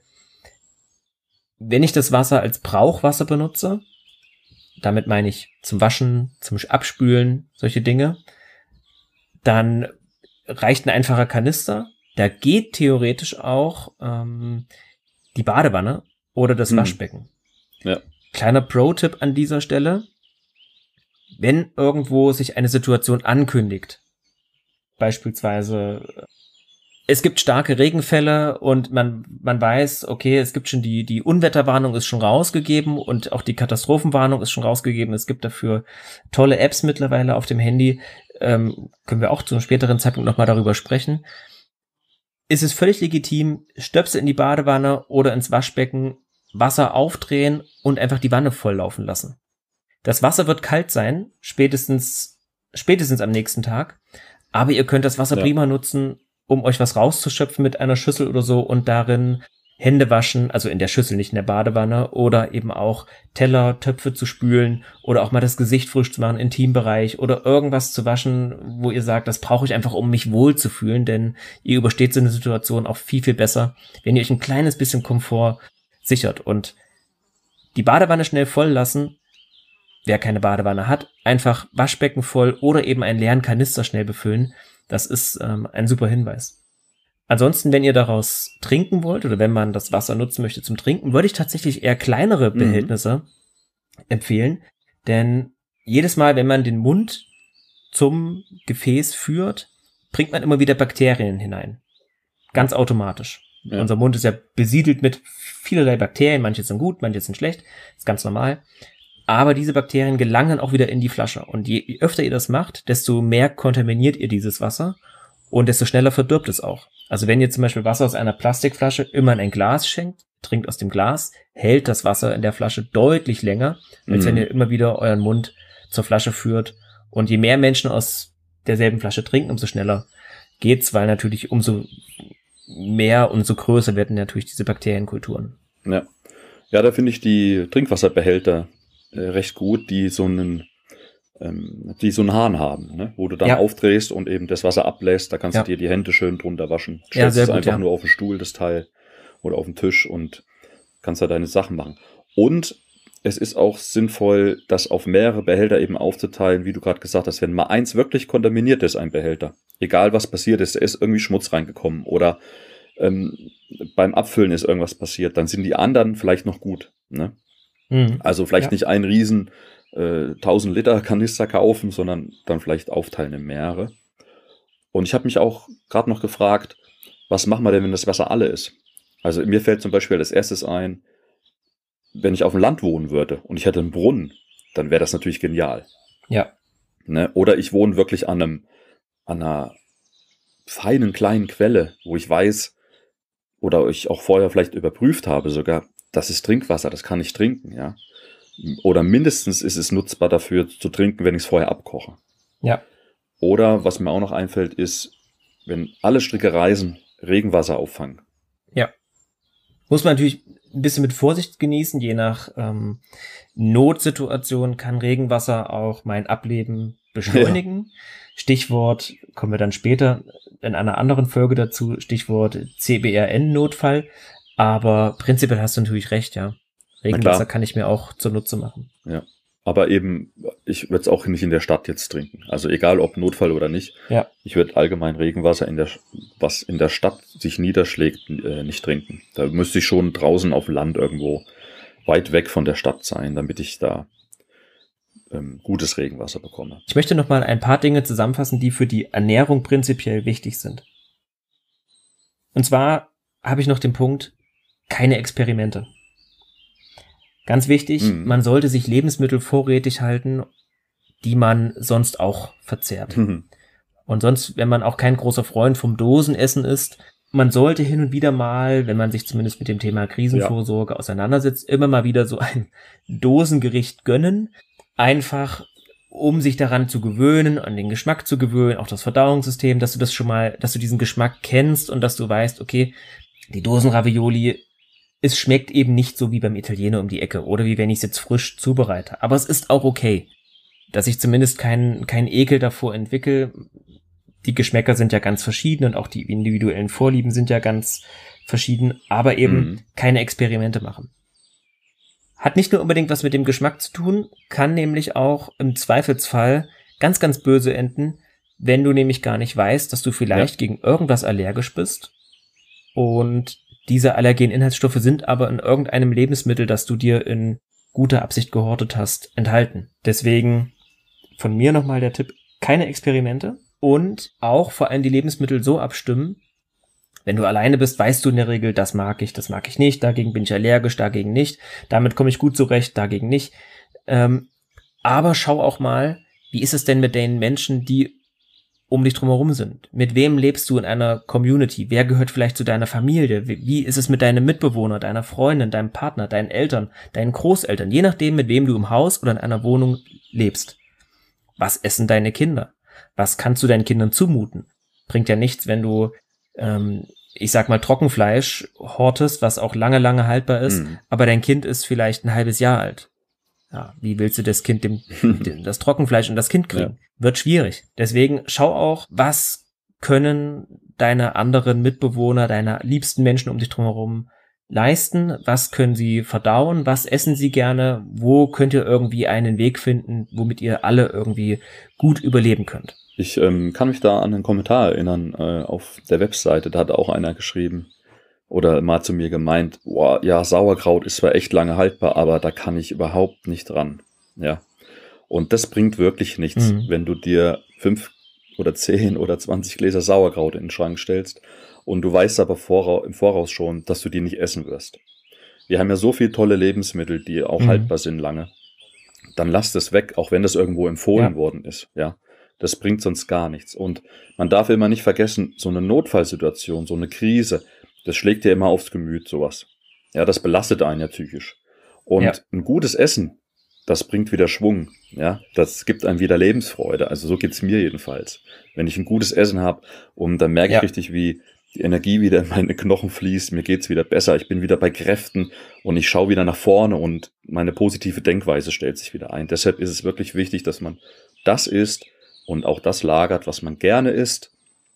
wenn ich das Wasser als Brauchwasser benutze, damit meine ich zum Waschen, zum Abspülen, solche Dinge, dann reicht ein einfacher Kanister. Da geht theoretisch auch ähm, die Badewanne oder das Mhm. Waschbecken. Ja. Kleiner Pro-Tipp an dieser Stelle. wenn irgendwo sich eine Situation ankündigt, beispielsweise es gibt starke Regenfälle und man man weiß, okay, es gibt schon die die Unwetterwarnung ist schon rausgegeben und auch die Katastrophenwarnung ist schon rausgegeben. Es gibt dafür tolle Apps mittlerweile auf dem Handy. Ähm, können wir auch zu einem späteren Zeitpunkt nochmal darüber sprechen. Ist es völlig legitim, Stöpsel in die Badewanne oder ins Waschbecken, Wasser aufdrehen und einfach die Wanne volllaufen lassen. Das Wasser wird kalt sein, spätestens spätestens am nächsten Tag, aber ihr könnt das Wasser ja. prima nutzen, um euch was rauszuschöpfen mit einer Schüssel oder so und darin Hände waschen, also in der Schüssel, nicht in der Badewanne, oder eben auch Teller, Töpfe zu spülen oder auch mal das Gesicht frisch zu machen, Intimbereich oder irgendwas zu waschen, wo ihr sagt, das brauche ich einfach, um mich wohl zu fühlen, denn ihr übersteht so eine Situation auch viel, viel besser, wenn ihr euch ein kleines bisschen Komfort sichert. Und die Badewanne schnell voll lassen, wer keine Badewanne hat, einfach Waschbecken voll oder eben einen leeren Kanister schnell befüllen, das ist ähm, ein super Hinweis. Ansonsten, wenn ihr daraus trinken wollt oder wenn man das Wasser nutzen möchte zum Trinken, würde ich tatsächlich eher kleinere Behältnisse mhm. empfehlen, denn jedes Mal, wenn man den Mund zum Gefäß führt, bringt man immer wieder Bakterien hinein. Ganz automatisch. Ja. Unser Mund ist ja besiedelt mit vielerlei Bakterien, manche sind gut, manche sind schlecht, ist ganz normal. Aber diese Bakterien gelangen auch wieder in die Flasche. Und je, je öfter ihr das macht, desto mehr kontaminiert ihr dieses Wasser und desto schneller verdirbt es auch. Also wenn ihr zum Beispiel Wasser aus einer Plastikflasche immer in ein Glas schenkt, trinkt aus dem Glas, hält das Wasser in der Flasche deutlich länger, als mhm. wenn ihr immer wieder euren Mund zur Flasche führt. Und je mehr Menschen aus derselben Flasche trinken, umso schneller geht's, weil natürlich umso mehr, umso größer werden natürlich diese Bakterienkulturen. Ja, ja, da finde ich die Trinkwasserbehälter recht gut, die so einen ähm, die so einen Hahn haben, ne? Wo du dann ja. aufdrehst und eben das Wasser ablässt, da kannst ja. du dir die Hände schön drunter waschen. Du ja, stellst es gut, einfach ja. nur auf den Stuhl, das Teil, oder auf den Tisch und kannst da deine Sachen machen. Und es ist auch sinnvoll, das auf mehrere Behälter eben aufzuteilen, wie du gerade gesagt hast, wenn mal eins wirklich kontaminiert ist, ein Behälter, egal was passiert ist, da ist irgendwie Schmutz reingekommen oder ähm, beim Abfüllen ist irgendwas passiert, dann sind die anderen vielleicht noch gut, ne? Also vielleicht ja. nicht einen riesen äh, tausend Liter Kanister kaufen, sondern dann vielleicht aufteilen in mehrere. Und ich habe mich auch gerade noch gefragt, was machen wir denn, wenn das Wasser alle ist? Also mir fällt zum Beispiel als erstes ein, wenn ich auf dem Land wohnen würde und ich hätte einen Brunnen, dann wäre das natürlich genial. Ja. Ne? Oder ich wohne wirklich an einem, an einer feinen kleinen Quelle, wo ich weiß oder ich auch vorher vielleicht überprüft habe sogar, das ist Trinkwasser, das kann ich trinken, ja. Oder mindestens ist es nutzbar dafür zu trinken, wenn ich es vorher abkoche. Ja. Oder was mir auch noch einfällt, ist, wenn alle Stricke reisen, Regenwasser auffangen. Ja. Muss man natürlich ein bisschen mit Vorsicht genießen, je nach ähm, Notsituation kann Regenwasser auch mein Ableben beschleunigen. Ja. Stichwort, kommen wir dann später in einer anderen Folge dazu, Stichwort C B R N-Notfall. Aber prinzipiell hast du natürlich recht, ja. Regenwasser kann ich mir auch zunutze machen. Ja, aber eben, ich würde es auch nicht in der Stadt jetzt trinken. Also egal, ob Notfall oder nicht. Ja. Ich würde allgemein Regenwasser, in der, was in der Stadt sich niederschlägt, äh, nicht trinken. Da müsste ich schon draußen auf dem Land irgendwo weit weg von der Stadt sein, damit ich da ähm, gutes Regenwasser bekomme. Ich möchte noch mal ein paar Dinge zusammenfassen, die für die Ernährung prinzipiell wichtig sind. Und zwar habe ich noch den Punkt, keine Experimente. Ganz wichtig, mhm. man sollte sich Lebensmittel vorrätig halten, die man sonst auch verzehrt. Mhm. Und sonst, wenn man auch kein großer Freund vom Dosenessen ist, man sollte hin und wieder mal, wenn man sich zumindest mit dem Thema Krisenvorsorge ja. auseinandersetzt, immer mal wieder so ein Dosengericht gönnen. Einfach, um sich daran zu gewöhnen, an den Geschmack zu gewöhnen, auch das Verdauungssystem, dass du das schon mal, dass du diesen Geschmack kennst und dass du weißt, okay, die Dosenravioli, es schmeckt eben nicht so wie beim Italiener um die Ecke oder wie wenn ich es jetzt frisch zubereite. Aber es ist auch okay, dass ich zumindest keinen keinen Ekel davor entwickle. Die Geschmäcker sind ja ganz verschieden und auch die individuellen Vorlieben sind ja ganz verschieden, aber eben mhm. keine Experimente machen. Hat nicht nur unbedingt was mit dem Geschmack zu tun, kann nämlich auch im Zweifelsfall ganz, ganz böse enden, wenn du nämlich gar nicht weißt, dass du vielleicht ja. gegen irgendwas allergisch bist. Und diese Allergeninhaltsstoffe sind aber in irgendeinem Lebensmittel, das du dir in guter Absicht gehortet hast, enthalten. Deswegen von mir nochmal der Tipp, keine Experimente und auch vor allem die Lebensmittel so abstimmen. Wenn du alleine bist, weißt du in der Regel, das mag ich, das mag ich nicht, dagegen bin ich allergisch, dagegen nicht, damit komme ich gut zurecht, dagegen nicht. Ähm, aber schau auch mal, wie ist es denn mit den Menschen, die um dich drumherum sind? Mit wem lebst du in einer Community? Wer gehört vielleicht zu deiner Familie? Wie, wie ist es mit deinem Mitbewohner, deiner Freundin, deinem Partner, deinen Eltern, deinen Großeltern? Je nachdem, mit wem du im Haus oder in einer Wohnung lebst. Was essen deine Kinder? Was kannst du deinen Kindern zumuten? Bringt ja nichts, wenn du ähm, ich sag mal, Trockenfleisch hortest, was auch lange, lange haltbar ist, mm. aber dein Kind ist vielleicht ein halbes Jahr alt. Ja, wie willst du das Kind dem, dem das Trockenfleisch und das Kind kriegen? Ja. Wird schwierig. Deswegen schau auch, was können deine anderen Mitbewohner, deine liebsten Menschen um dich drumherum leisten? Was können sie verdauen? Was essen sie gerne? Wo könnt ihr irgendwie einen Weg finden, womit ihr alle irgendwie gut überleben könnt? Ich ähm, kann mich da an einen Kommentar erinnern äh, auf der Webseite, da hat auch einer geschrieben oder mal zu mir gemeint, boah, ja, Sauerkraut ist zwar echt lange haltbar, aber da kann ich überhaupt nicht dran. Ja. Und das bringt wirklich nichts, mhm. wenn du dir fünf oder zehn oder zwanzig Gläser Sauerkraut in den Schrank stellst und du weißt aber vora- im Voraus schon, dass du die nicht essen wirst. Wir haben ja so viele tolle Lebensmittel, die auch mhm. haltbar sind lange. Dann lass das weg, auch wenn das irgendwo empfohlen ja. worden ist, ja. Das bringt sonst gar nichts. Und man darf immer nicht vergessen, so eine Notfallsituation, so eine Krise, das schlägt dir immer aufs Gemüt, sowas. Ja, das belastet einen ja psychisch. Und ja. ein gutes Essen, das bringt wieder Schwung. Ja, das gibt einem wieder Lebensfreude. Also so geht's mir jedenfalls. Wenn ich ein gutes Essen habe und dann merke ich ja. richtig, wie die Energie wieder in meine Knochen fließt, mir geht's wieder besser, ich bin wieder bei Kräften und ich schaue wieder nach vorne und meine positive Denkweise stellt sich wieder ein. Deshalb ist es wirklich wichtig, dass man das isst, und auch das lagert, was man gerne isst,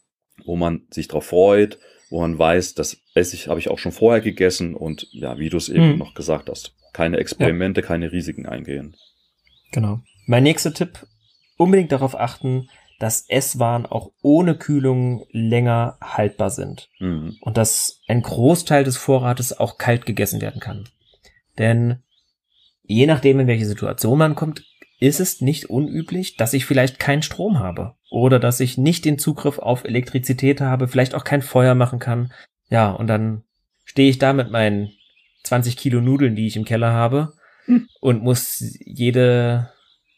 wo man sich drauf freut, wo man weiß, das esse ich, habe ich auch schon vorher gegessen und ja, wie du es eben hm. noch gesagt hast, keine Experimente, ja. keine Risiken eingehen. Genau. Mein nächster Tipp, unbedingt darauf achten, dass Esswaren auch ohne Kühlung länger haltbar sind mhm. und dass ein Großteil des Vorrates auch kalt gegessen werden kann. Denn je nachdem, in welche Situation man kommt, ist es nicht unüblich, dass ich vielleicht keinen Strom habe oder dass ich nicht den Zugriff auf Elektrizität habe, vielleicht auch kein Feuer machen kann. Ja, und dann stehe ich da mit meinen zwanzig Kilo Nudeln, die ich im Keller habe hm. und muss jede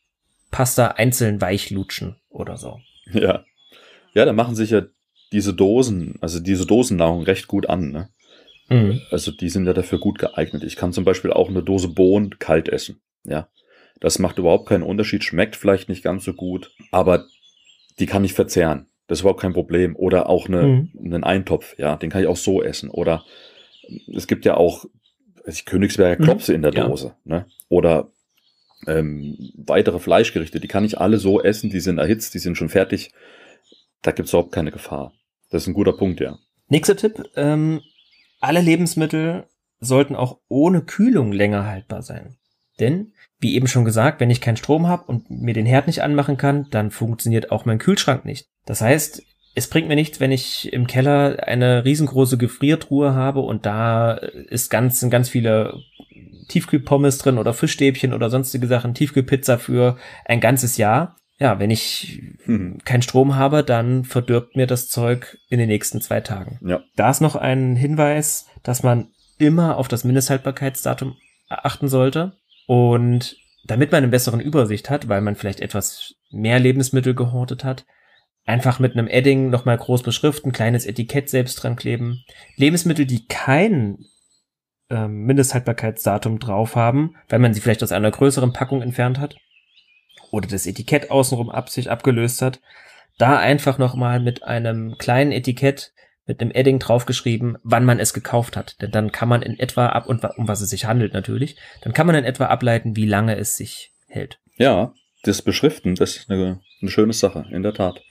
Pasta einzeln weich lutschen oder so. Ja, ja, da machen sich ja diese Dosen, also diese Dosennahrung recht gut an, ne? Mhm. Also die sind ja dafür gut geeignet. Ich kann zum Beispiel auch eine Dose Bohnen kalt essen, ja. Das macht überhaupt keinen Unterschied, schmeckt vielleicht nicht ganz so gut, aber die kann ich verzehren. Das ist überhaupt kein Problem. Oder auch eine, mhm. einen Eintopf, ja, den kann ich auch so essen. Oder es gibt ja auch also Königsberger Klopse mhm. in der Dose, ja. ne? Oder ähm, weitere Fleischgerichte, die kann ich alle so essen, die sind erhitzt, die sind schon fertig. Da gibt es überhaupt keine Gefahr. Das ist ein guter Punkt, ja. Nächster Tipp, ähm, alle Lebensmittel sollten auch ohne Kühlung länger haltbar sein. Denn, wie eben schon gesagt, wenn ich keinen Strom habe und mir den Herd nicht anmachen kann, dann funktioniert auch mein Kühlschrank nicht. Das heißt, es bringt mir nichts, wenn ich im Keller eine riesengroße Gefriertruhe habe und da ist ganz, sind ganz viele Tiefkühlpommes drin oder Fischstäbchen oder sonstige Sachen, Tiefkühlpizza für ein ganzes Jahr. Ja, wenn ich hm. keinen Strom habe, dann verdirbt mir das Zeug in den nächsten zwei Tagen. Ja. Da ist noch ein Hinweis, dass man immer auf das Mindesthaltbarkeitsdatum achten sollte. Und damit man eine bessere Übersicht hat, weil man vielleicht etwas mehr Lebensmittel gehortet hat, einfach mit einem Edding nochmal groß beschriften, kleines Etikett selbst dran kleben. Lebensmittel, die kein ähm, Mindesthaltbarkeitsdatum drauf haben, weil man sie vielleicht aus einer größeren Packung entfernt hat oder das Etikett außenrum ab sich abgelöst hat, da einfach nochmal mit einem kleinen Etikett mit einem Edding draufgeschrieben, wann man es gekauft hat. Denn dann kann man in etwa ab, und um was es sich handelt natürlich, dann kann man in etwa ableiten, wie lange es sich hält. Ja, das Beschriften, das ist eine, eine schöne Sache, in der Tat.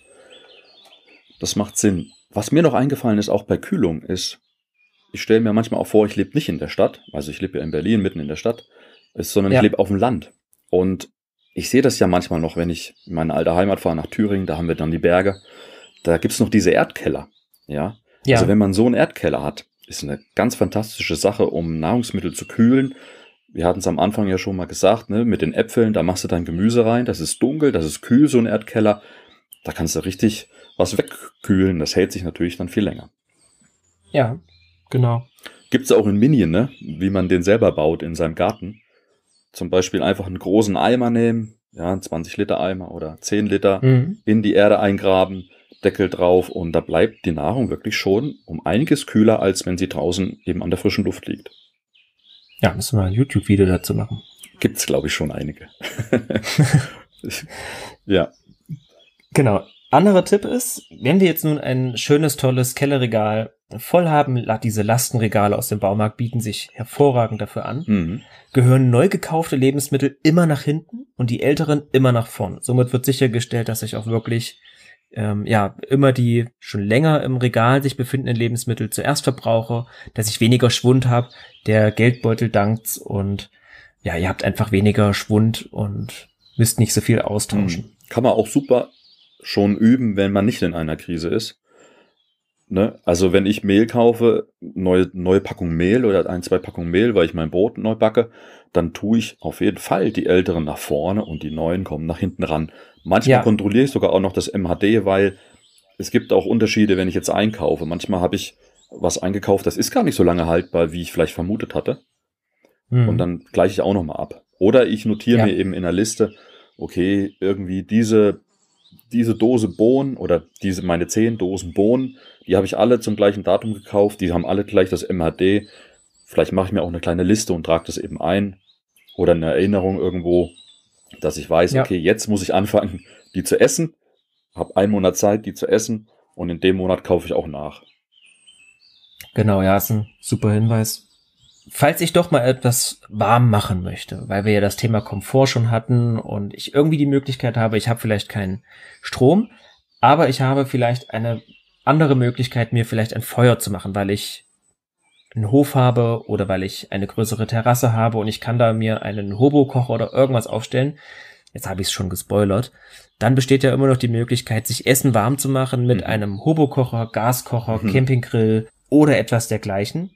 Das macht Sinn. Was mir noch eingefallen ist, auch bei Kühlung, ist, ich stelle mir manchmal auch vor, ich lebe nicht in der Stadt, also ich lebe ja in Berlin, mitten in der Stadt, sondern ja. ich lebe auf dem Land. Und ich sehe das ja manchmal noch, wenn ich in meine alte Heimat fahre, nach Thüringen, da haben wir dann die Berge, da gibt's noch diese Erdkeller, ja. Ja. Also wenn man so einen Erdkeller hat, ist eine ganz fantastische Sache, um Nahrungsmittel zu kühlen. wir hatten es am Anfang ja schon mal gesagt, ne, mit den Äpfeln, da machst du dein Gemüse rein, das ist dunkel, das ist kühl, so ein Erdkeller. Da kannst du richtig was wegkühlen. Das hält sich natürlich dann viel länger. Ja, genau. Gibt es auch in Minien, ne, wie man den selber baut in seinem Garten. Zum Beispiel einfach einen großen Eimer nehmen, ja, einen zwanzig Liter Eimer oder zehn Liter, Mhm. in die Erde eingraben, Deckel drauf und da bleibt die Nahrung wirklich schon um einiges kühler, als wenn sie draußen eben an der frischen Luft liegt. Ja, müssen wir ein YouTube-Video dazu machen. Gibt's, glaube ich, schon einige. Ja. Genau. Anderer Tipp ist, wenn wir jetzt nun ein schönes, tolles Kellerregal voll haben, la- diese Lastenregale aus dem Baumarkt bieten sich hervorragend dafür an, Mhm. gehören neu gekaufte Lebensmittel immer nach hinten und die älteren immer nach vorn. Somit wird sichergestellt, dass ich auch wirklich ähm, ja immer die schon länger im Regal sich befindenden Lebensmittel zuerst verbrauche, dass ich weniger Schwund habe, der Geldbeutel dankt's und ja, ihr habt einfach weniger Schwund und müsst nicht so viel austauschen. Mhm. Kann man auch super schon üben, wenn man nicht in einer Krise ist. Ne? Also wenn ich Mehl kaufe, neue, neue Packung Mehl oder ein, zwei Packungen Mehl, weil ich mein Brot neu backe, dann tue ich auf jeden Fall die Älteren nach vorne und die Neuen kommen nach hinten ran. Manchmal Ja. kontrolliere ich sogar auch noch das M H D, weil es gibt auch Unterschiede, wenn ich jetzt einkaufe. Manchmal habe ich was eingekauft, das ist gar nicht so lange haltbar, wie ich vielleicht vermutet hatte. Mhm. Und dann gleiche ich auch nochmal ab. Oder ich notiere Ja. mir eben in der Liste, okay, irgendwie diese, diese Dose Bohnen oder diese meine zehn Dosen Bohnen, die habe ich alle zum gleichen Datum gekauft, die haben alle gleich das M H D. Vielleicht mache ich mir auch eine kleine Liste und trage das eben ein. Oder eine Erinnerung irgendwo, dass ich weiß, Ja. okay, jetzt muss ich anfangen, die zu essen. Habe einen Monat Zeit, die zu essen. Und in dem Monat kaufe ich auch nach. Genau, ja, ist ein super Hinweis. Falls ich doch mal etwas warm machen möchte, weil wir ja das Thema Komfort schon hatten und ich irgendwie die Möglichkeit habe, ich habe vielleicht keinen Strom, aber ich habe vielleicht eine andere Möglichkeit, mir vielleicht ein Feuer zu machen, weil ich einen Hof habe oder weil ich eine größere Terrasse habe und ich kann da mir einen Hobo-Kocher oder irgendwas aufstellen. Jetzt habe ich es schon gespoilert. Dann besteht ja immer noch die Möglichkeit, sich Essen warm zu machen mit Mhm. einem Hobo-Kocher, Gaskocher, Mhm. Campinggrill oder etwas dergleichen.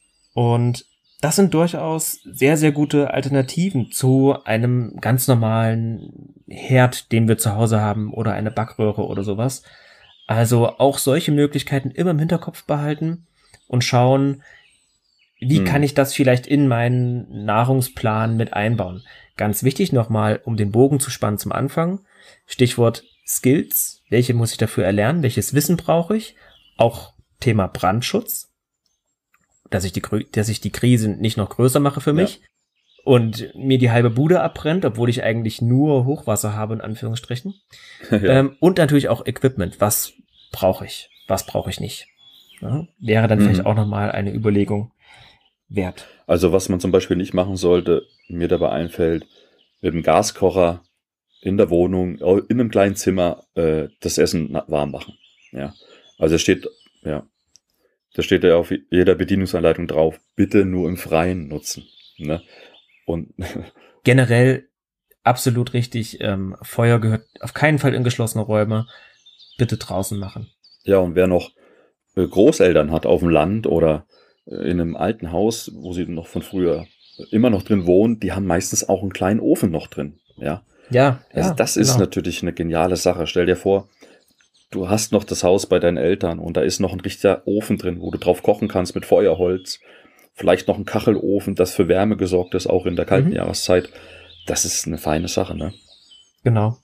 Und das sind durchaus sehr, sehr gute Alternativen zu einem ganz normalen Herd, den wir zu Hause haben oder eine Backröhre oder sowas. Also auch solche Möglichkeiten immer im Hinterkopf behalten und schauen, wie Hm. kann ich das vielleicht in meinen Nahrungsplan mit einbauen. Ganz wichtig nochmal, um den Bogen zu spannen zum Anfang, Stichwort Skills, welche muss ich dafür erlernen, welches Wissen brauche ich, auch Thema Brandschutz, dass ich die, Grü- dass ich die Krise nicht noch größer mache für Ja. mich und mir die halbe Bude abbrennt, obwohl ich eigentlich nur Hochwasser habe, in Anführungsstrichen. Ja. Ähm, und natürlich auch Equipment. Was brauche ich? Was brauche ich nicht? Ja, wäre dann Mhm. vielleicht auch nochmal eine Überlegung wert. Also was man zum Beispiel nicht machen sollte, mir dabei einfällt, mit dem Gaskocher in der Wohnung, in einem kleinen Zimmer, äh, das Essen na- warm machen. Ja. Also es steht, ja, da steht ja auf jeder Bedienungsanleitung drauf, bitte nur im Freien nutzen. Ne? Und Generell absolut richtig. Ähm, Feuer gehört auf keinen Fall in geschlossene Räume. Bitte draußen machen. ja, und wer noch äh, Großeltern hat auf dem Land oder äh, in einem alten Haus, wo sie noch von früher immer noch drin wohnen, die haben meistens auch einen kleinen Ofen noch drin. Ja. Ja, Also ja, das ist genau. natürlich eine geniale Sache. Stell dir vor, du hast noch das Haus bei deinen Eltern und da ist noch ein richtiger Ofen drin, wo du drauf kochen kannst mit Feuerholz. Vielleicht noch ein Kachelofen, das für Wärme gesorgt ist, auch in der kalten Mhm. Jahreszeit. Das ist eine feine Sache, ne? Genau.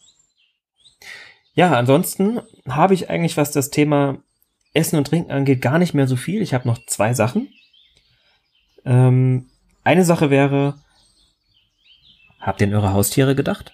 Ja, ansonsten habe ich eigentlich, was das Thema Essen und Trinken angeht, gar nicht mehr so viel. Ich habe noch zwei Sachen. Ähm, eine Sache wäre, habt ihr an eure Haustiere gedacht?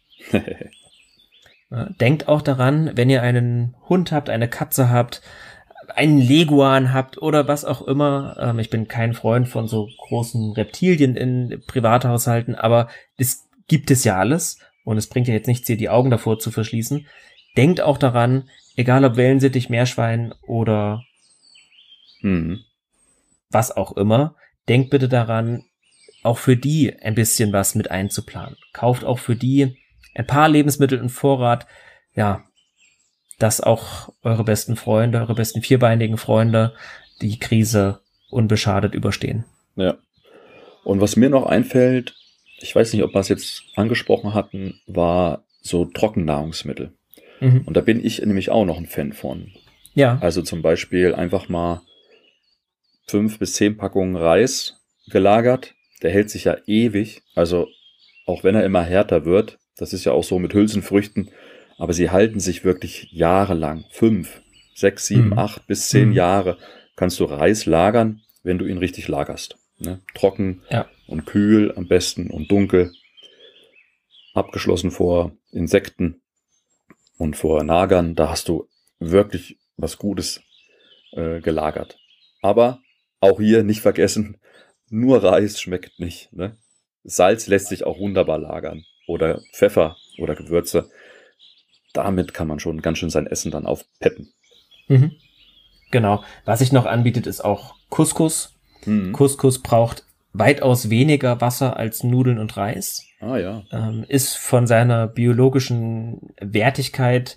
Ja, denkt auch daran, wenn ihr einen Hund habt, eine Katze habt, einen Leguan habt oder was auch immer. Ähm, ich bin kein Freund von so großen Reptilien in Privathaushalten, aber das gibt es ja alles und es bringt ja jetzt nichts, hier die Augen davor zu verschließen. Denkt auch daran, egal ob Wellensittich, Meerschwein oder Mhm. was auch immer, denkt bitte daran, auch für die ein bisschen was mit einzuplanen. Kauft auch für die ein paar Lebensmittel im Vorrat, ja, dass auch eure besten Freunde, eure besten vierbeinigen Freunde die Krise unbeschadet überstehen. Ja. Und was mir noch einfällt, ich weiß nicht, ob wir es jetzt angesprochen hatten, war so Trockennahrungsmittel. Mhm. Und da bin ich nämlich auch noch ein Fan von. Ja. Also zum Beispiel einfach mal fünf bis zehn Packungen Reis gelagert. Der hält sich ja ewig. Also auch wenn er immer härter wird, das ist ja auch so mit Hülsenfrüchten, aber sie halten sich wirklich jahrelang. Fünf, sechs, sieben, Mhm. acht bis zehn Mhm. Jahre kannst du Reis lagern, wenn du ihn richtig lagerst. Ne? Trocken Ja. und kühl am besten und dunkel. Abgeschlossen vor Insekten und vor Nagern. Da hast du wirklich was Gutes äh, gelagert. Aber auch hier nicht vergessen, nur Reis schmeckt nicht. Ne? Salz lässt sich auch wunderbar lagern. Oder Pfeffer oder Gewürze. Damit kann man schon ganz schön sein Essen dann aufpeppen. Mhm. Genau. Was sich noch anbietet, ist auch Couscous. Mhm. Couscous braucht weitaus weniger Wasser als Nudeln und Reis. Ah ja. Ähm, ist von seiner biologischen Wertigkeit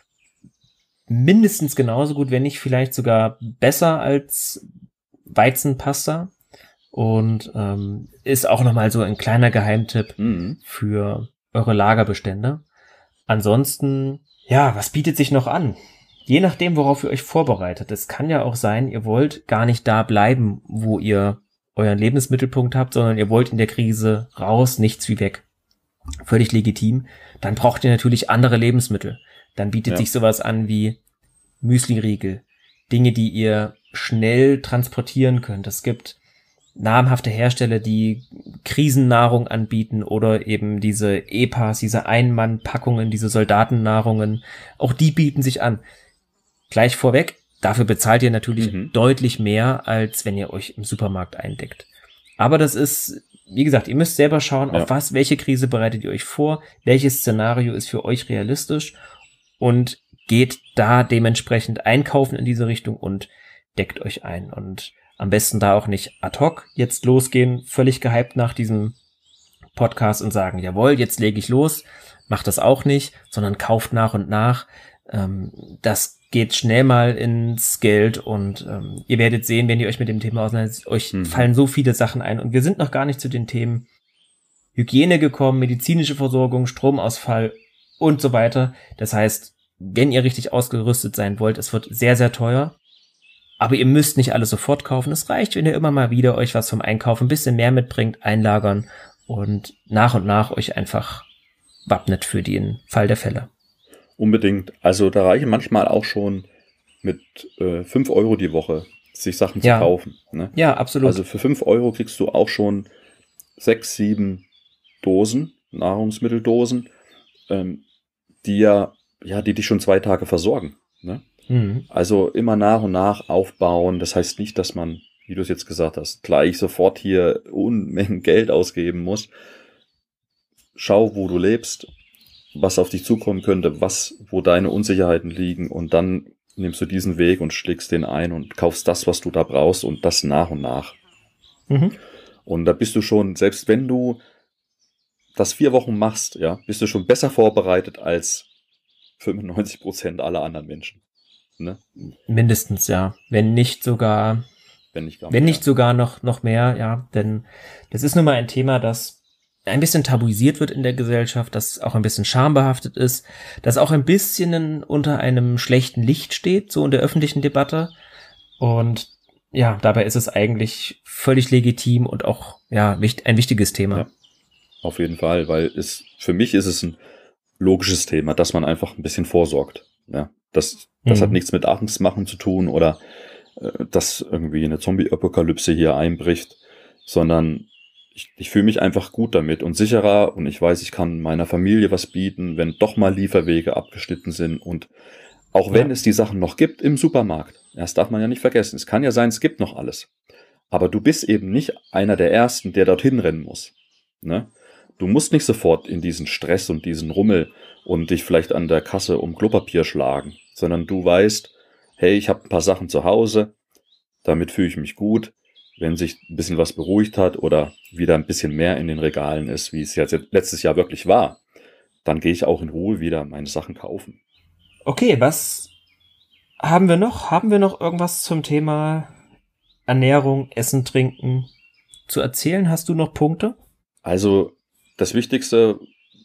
mindestens genauso gut, wenn nicht vielleicht sogar besser als Weizenpasta. Und ähm, ist auch nochmal so ein kleiner Geheimtipp Mhm. für eure Lagerbestände. Ansonsten, ja, was bietet sich noch an? Je nachdem, worauf ihr euch vorbereitet. Es kann ja auch sein, ihr wollt gar nicht da bleiben, wo ihr euren Lebensmittelpunkt habt, sondern ihr wollt in der Krise raus, nichts wie weg. Völlig legitim. Dann braucht ihr natürlich andere Lebensmittel. Dann bietet Ja. sich sowas an wie Müsli-Riegel. Dinge, die ihr schnell transportieren könnt. Es gibt namhafte Hersteller, die Krisennahrung anbieten oder eben diese E P As, diese Ein-Mann-Packungen, diese Soldatennahrungen. Auch die bieten sich an. Gleich vorweg, dafür bezahlt ihr natürlich Mhm. deutlich mehr, als wenn ihr euch im Supermarkt eindeckt. Aber das ist, wie gesagt, ihr müsst selber schauen, Ja. auf was, welche Krise bereitet ihr euch vor, welches Szenario ist für euch realistisch und geht da dementsprechend einkaufen in diese Richtung und deckt euch ein. Und am besten da auch nicht ad hoc jetzt losgehen, völlig gehypt nach diesem Podcast und sagen, jawohl, jetzt lege ich los. Macht das auch nicht, sondern kauft nach und nach. Ähm, das geht schnell mal ins Geld und ähm, ihr werdet sehen, wenn ihr euch mit dem Thema auseinandersetzt, euch Mhm. fallen so viele Sachen ein. Und wir sind noch gar nicht zu den Themen Hygiene gekommen, medizinische Versorgung, Stromausfall und so weiter. Das heißt, wenn ihr richtig ausgerüstet sein wollt, es wird sehr, sehr teuer. Aber ihr müsst nicht alles sofort kaufen. Es reicht, wenn ihr immer mal wieder euch was vom Einkaufen ein bisschen mehr mitbringt, einlagern und nach und nach euch einfach wappnet für den Fall der Fälle. Unbedingt. Also da reichen manchmal auch schon mit äh, fünf Euro die Woche, sich Sachen Ja. zu kaufen. Ne? Ja, absolut. Also für fünf Euro kriegst du auch schon sechs, sieben Dosen, Nahrungsmitteldosen, ähm, die ja, ja, die dich schon zwei Tage versorgen. Ne? Mhm. Also immer nach und nach aufbauen. Das heißt nicht, dass man, wie du es jetzt gesagt hast, gleich sofort hier Unmengen Geld ausgeben muss. Schau, wo du lebst, was auf dich zukommen könnte, was, wo deine Unsicherheiten liegen, und dann nimmst du diesen Weg und schlägst den ein und kaufst das, was du da brauchst, und das nach und nach. Mhm. Und da bist du schon, selbst wenn du das vier Wochen machst, ja, bist du schon besser vorbereitet als fünfundneunzig Prozent aller anderen Menschen. Ne? Mindestens, ja. Wenn nicht sogar, Wenn nicht gar wenn mehr. nicht sogar noch, noch mehr, ja. Denn das ist nun mal ein Thema, das ein bisschen tabuisiert wird in der Gesellschaft, das auch ein bisschen schambehaftet ist, das auch ein bisschen unter einem schlechten Licht steht, so in der öffentlichen Debatte. Und ja, dabei ist es eigentlich völlig legitim und auch, ja, wicht- ein wichtiges Thema. Ja. Auf jeden Fall, weil es, für mich ist es ein logisches Thema, dass man einfach ein bisschen vorsorgt. Ja, das, das Mhm. hat nichts mit Angstmachen zu tun oder äh, dass irgendwie eine Zombie-Apokalypse hier einbricht, sondern ich, ich fühle mich einfach gut damit und sicherer, und ich weiß, ich kann meiner Familie was bieten, wenn doch mal Lieferwege abgeschnitten sind, und auch wenn Ja. es die Sachen noch gibt im Supermarkt. Das darf man ja nicht vergessen. Es kann ja sein, es gibt noch alles. Aber du bist eben nicht einer der Ersten, der dorthin rennen muss. Ne? Du musst nicht sofort in diesen Stress und diesen Rummel und dich vielleicht an der Kasse um Klopapier schlagen, sondern du weißt, hey, ich habe ein paar Sachen zu Hause, damit fühle ich mich gut. Wenn sich ein bisschen was beruhigt hat oder wieder ein bisschen mehr in den Regalen ist, wie es jetzt letztes Jahr wirklich war, dann gehe ich auch in Ruhe wieder meine Sachen kaufen. Okay, was haben wir noch? Haben wir noch irgendwas zum Thema Ernährung, Essen, Trinken, zu erzählen? Hast du noch Punkte? Also das Wichtigste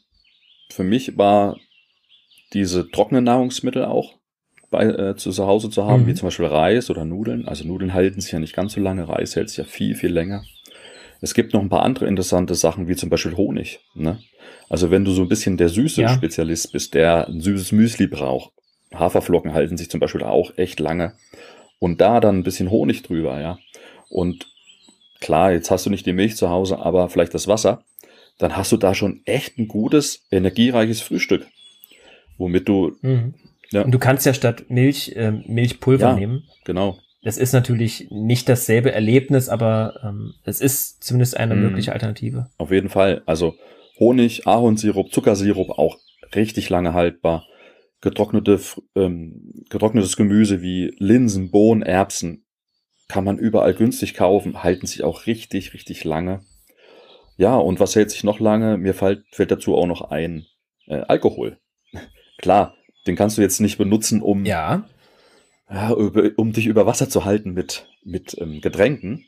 für mich war, diese trockenen Nahrungsmittel auch bei, äh, zu Hause zu haben, mhm. wie zum Beispiel Reis oder Nudeln. Also Nudeln halten sich ja nicht ganz so lange, Reis hält sich ja viel, viel länger. Es gibt noch ein paar andere interessante Sachen, wie zum Beispiel Honig. Ne? Also wenn du so ein bisschen der süße ja. Spezialist bist, der ein süßes Müsli braucht, Haferflocken halten sich zum Beispiel auch echt lange. Und da dann ein bisschen Honig drüber, ja. Und klar, jetzt hast du nicht die Milch zu Hause, aber vielleicht das Wasser. Dann hast du da schon echt ein gutes, energiereiches Frühstück. Womit du... Mhm. Ja. Und du kannst ja statt Milch äh, Milchpulver ja, nehmen. Genau. Das ist natürlich nicht dasselbe Erlebnis, aber ähm, es ist zumindest eine mhm. mögliche Alternative. Auf jeden Fall. Also Honig, Ahornsirup, Zuckersirup auch richtig lange haltbar. Getrocknete, ähm, getrocknetes Gemüse wie Linsen, Bohnen, Erbsen kann man überall günstig kaufen, halten sich auch richtig, richtig lange. Ja, und was hält sich noch lange? Mir fällt, fällt dazu auch noch ein äh, Alkohol. Klar, den kannst du jetzt nicht benutzen, um... Ja. Ja, um dich über Wasser zu halten mit, mit ähm, Getränken.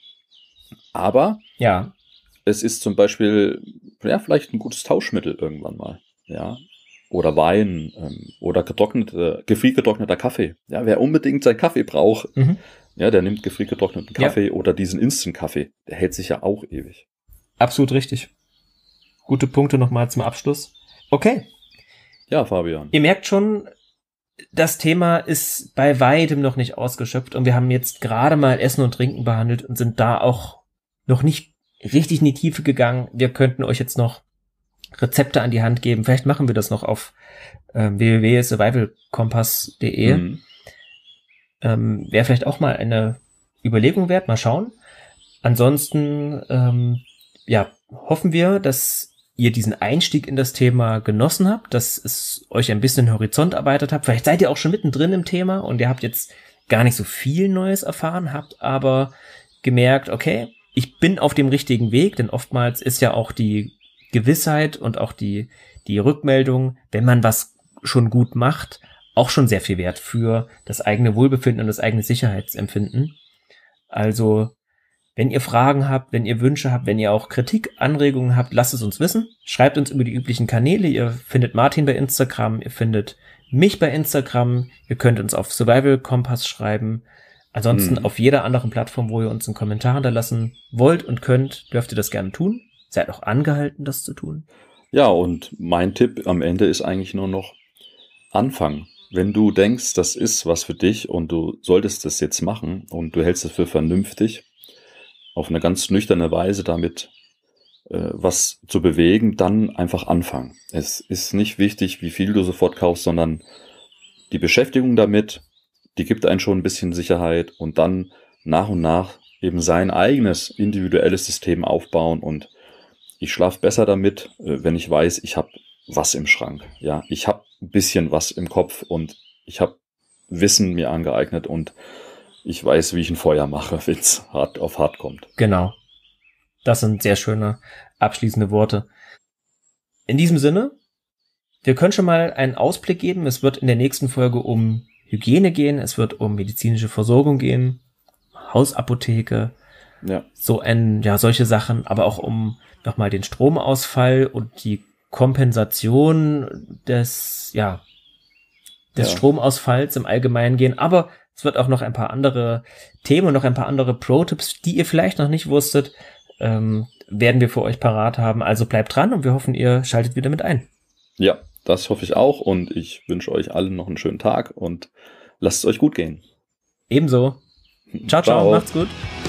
Aber ja. es ist zum Beispiel, ja, vielleicht ein gutes Tauschmittel irgendwann mal. Ja. Oder Wein ähm, oder getrocknete, gefriergetrockneter Kaffee. Ja, wer unbedingt seinen Kaffee braucht, mhm. ja, der nimmt gefriergetrockneten Kaffee ja. oder diesen Instant-Kaffee. Der hält sich ja auch ewig. Absolut richtig. Gute Punkte nochmal zum Abschluss. Okay. Ja, Fabian. Ihr merkt schon, das Thema ist bei weitem noch nicht ausgeschöpft und wir haben jetzt gerade mal Essen und Trinken behandelt und sind da auch noch nicht richtig in die Tiefe gegangen. Wir könnten euch jetzt noch Rezepte an die Hand geben. Vielleicht machen wir das noch auf ähm, w w w punkt survival kompass punkt d e. Mhm. Ähm, Wäre vielleicht auch mal eine Überlegung wert. Mal schauen. Ansonsten ähm, ja, hoffen wir, dass ihr diesen Einstieg in das Thema genossen habt, dass es euch ein bisschen Horizont erweitert habt. Vielleicht seid ihr auch schon mittendrin im Thema und ihr habt jetzt gar nicht so viel Neues erfahren, habt aber gemerkt, okay, ich bin auf dem richtigen Weg, denn oftmals ist ja auch die Gewissheit und auch die, die Rückmeldung, wenn man was schon gut macht, auch schon sehr viel wert für das eigene Wohlbefinden und das eigene Sicherheitsempfinden. Also wenn ihr Fragen habt, wenn ihr Wünsche habt, wenn ihr auch Kritik, Anregungen habt, lasst es uns wissen. Schreibt uns über die üblichen Kanäle. Ihr findet Martin bei Instagram, ihr findet mich bei Instagram. Ihr könnt uns auf Survival Kompass schreiben. Ansonsten mhm. auf jeder anderen Plattform, wo ihr uns einen Kommentar hinterlassen wollt und könnt, dürft ihr das gerne tun. Seid auch angehalten, das zu tun. Ja, und mein Tipp am Ende ist eigentlich nur noch anfangen. Wenn du denkst, das ist was für dich und du solltest das jetzt machen und du hältst es für vernünftig, auf eine ganz nüchterne Weise damit äh, was zu bewegen, dann einfach anfangen. Es ist nicht wichtig, wie viel du sofort kaufst, sondern die Beschäftigung damit, die gibt einen schon ein bisschen Sicherheit und dann nach und nach eben sein eigenes individuelles System aufbauen. Und ich schlafe besser damit, äh, wenn ich weiß, ich habe was im Schrank. Ja, ich habe ein bisschen was im Kopf und ich habe Wissen mir angeeignet und ich weiß, wie ich ein Feuer mache, wenn es hart auf hart kommt. Genau. Das sind sehr schöne abschließende Worte. In diesem Sinne, wir können schon mal einen Ausblick geben. Es wird in der nächsten Folge um Hygiene gehen. Es wird um medizinische Versorgung gehen. Hausapotheke. Ja. So ein, ja, solche Sachen. Aber auch um nochmal den Stromausfall und die Kompensation des, ja, des ja. Stromausfalls im Allgemeinen gehen. Aber es wird auch noch ein paar andere Themen und noch ein paar andere Pro-Tipps, die ihr vielleicht noch nicht wusstet, ähm, werden wir für euch parat haben. Also bleibt dran und wir hoffen, ihr schaltet wieder mit ein. Ja, das hoffe ich auch und ich wünsche euch allen noch einen schönen Tag und lasst es euch gut gehen. Ebenso. Ciao, ciao, ciao. Macht's gut.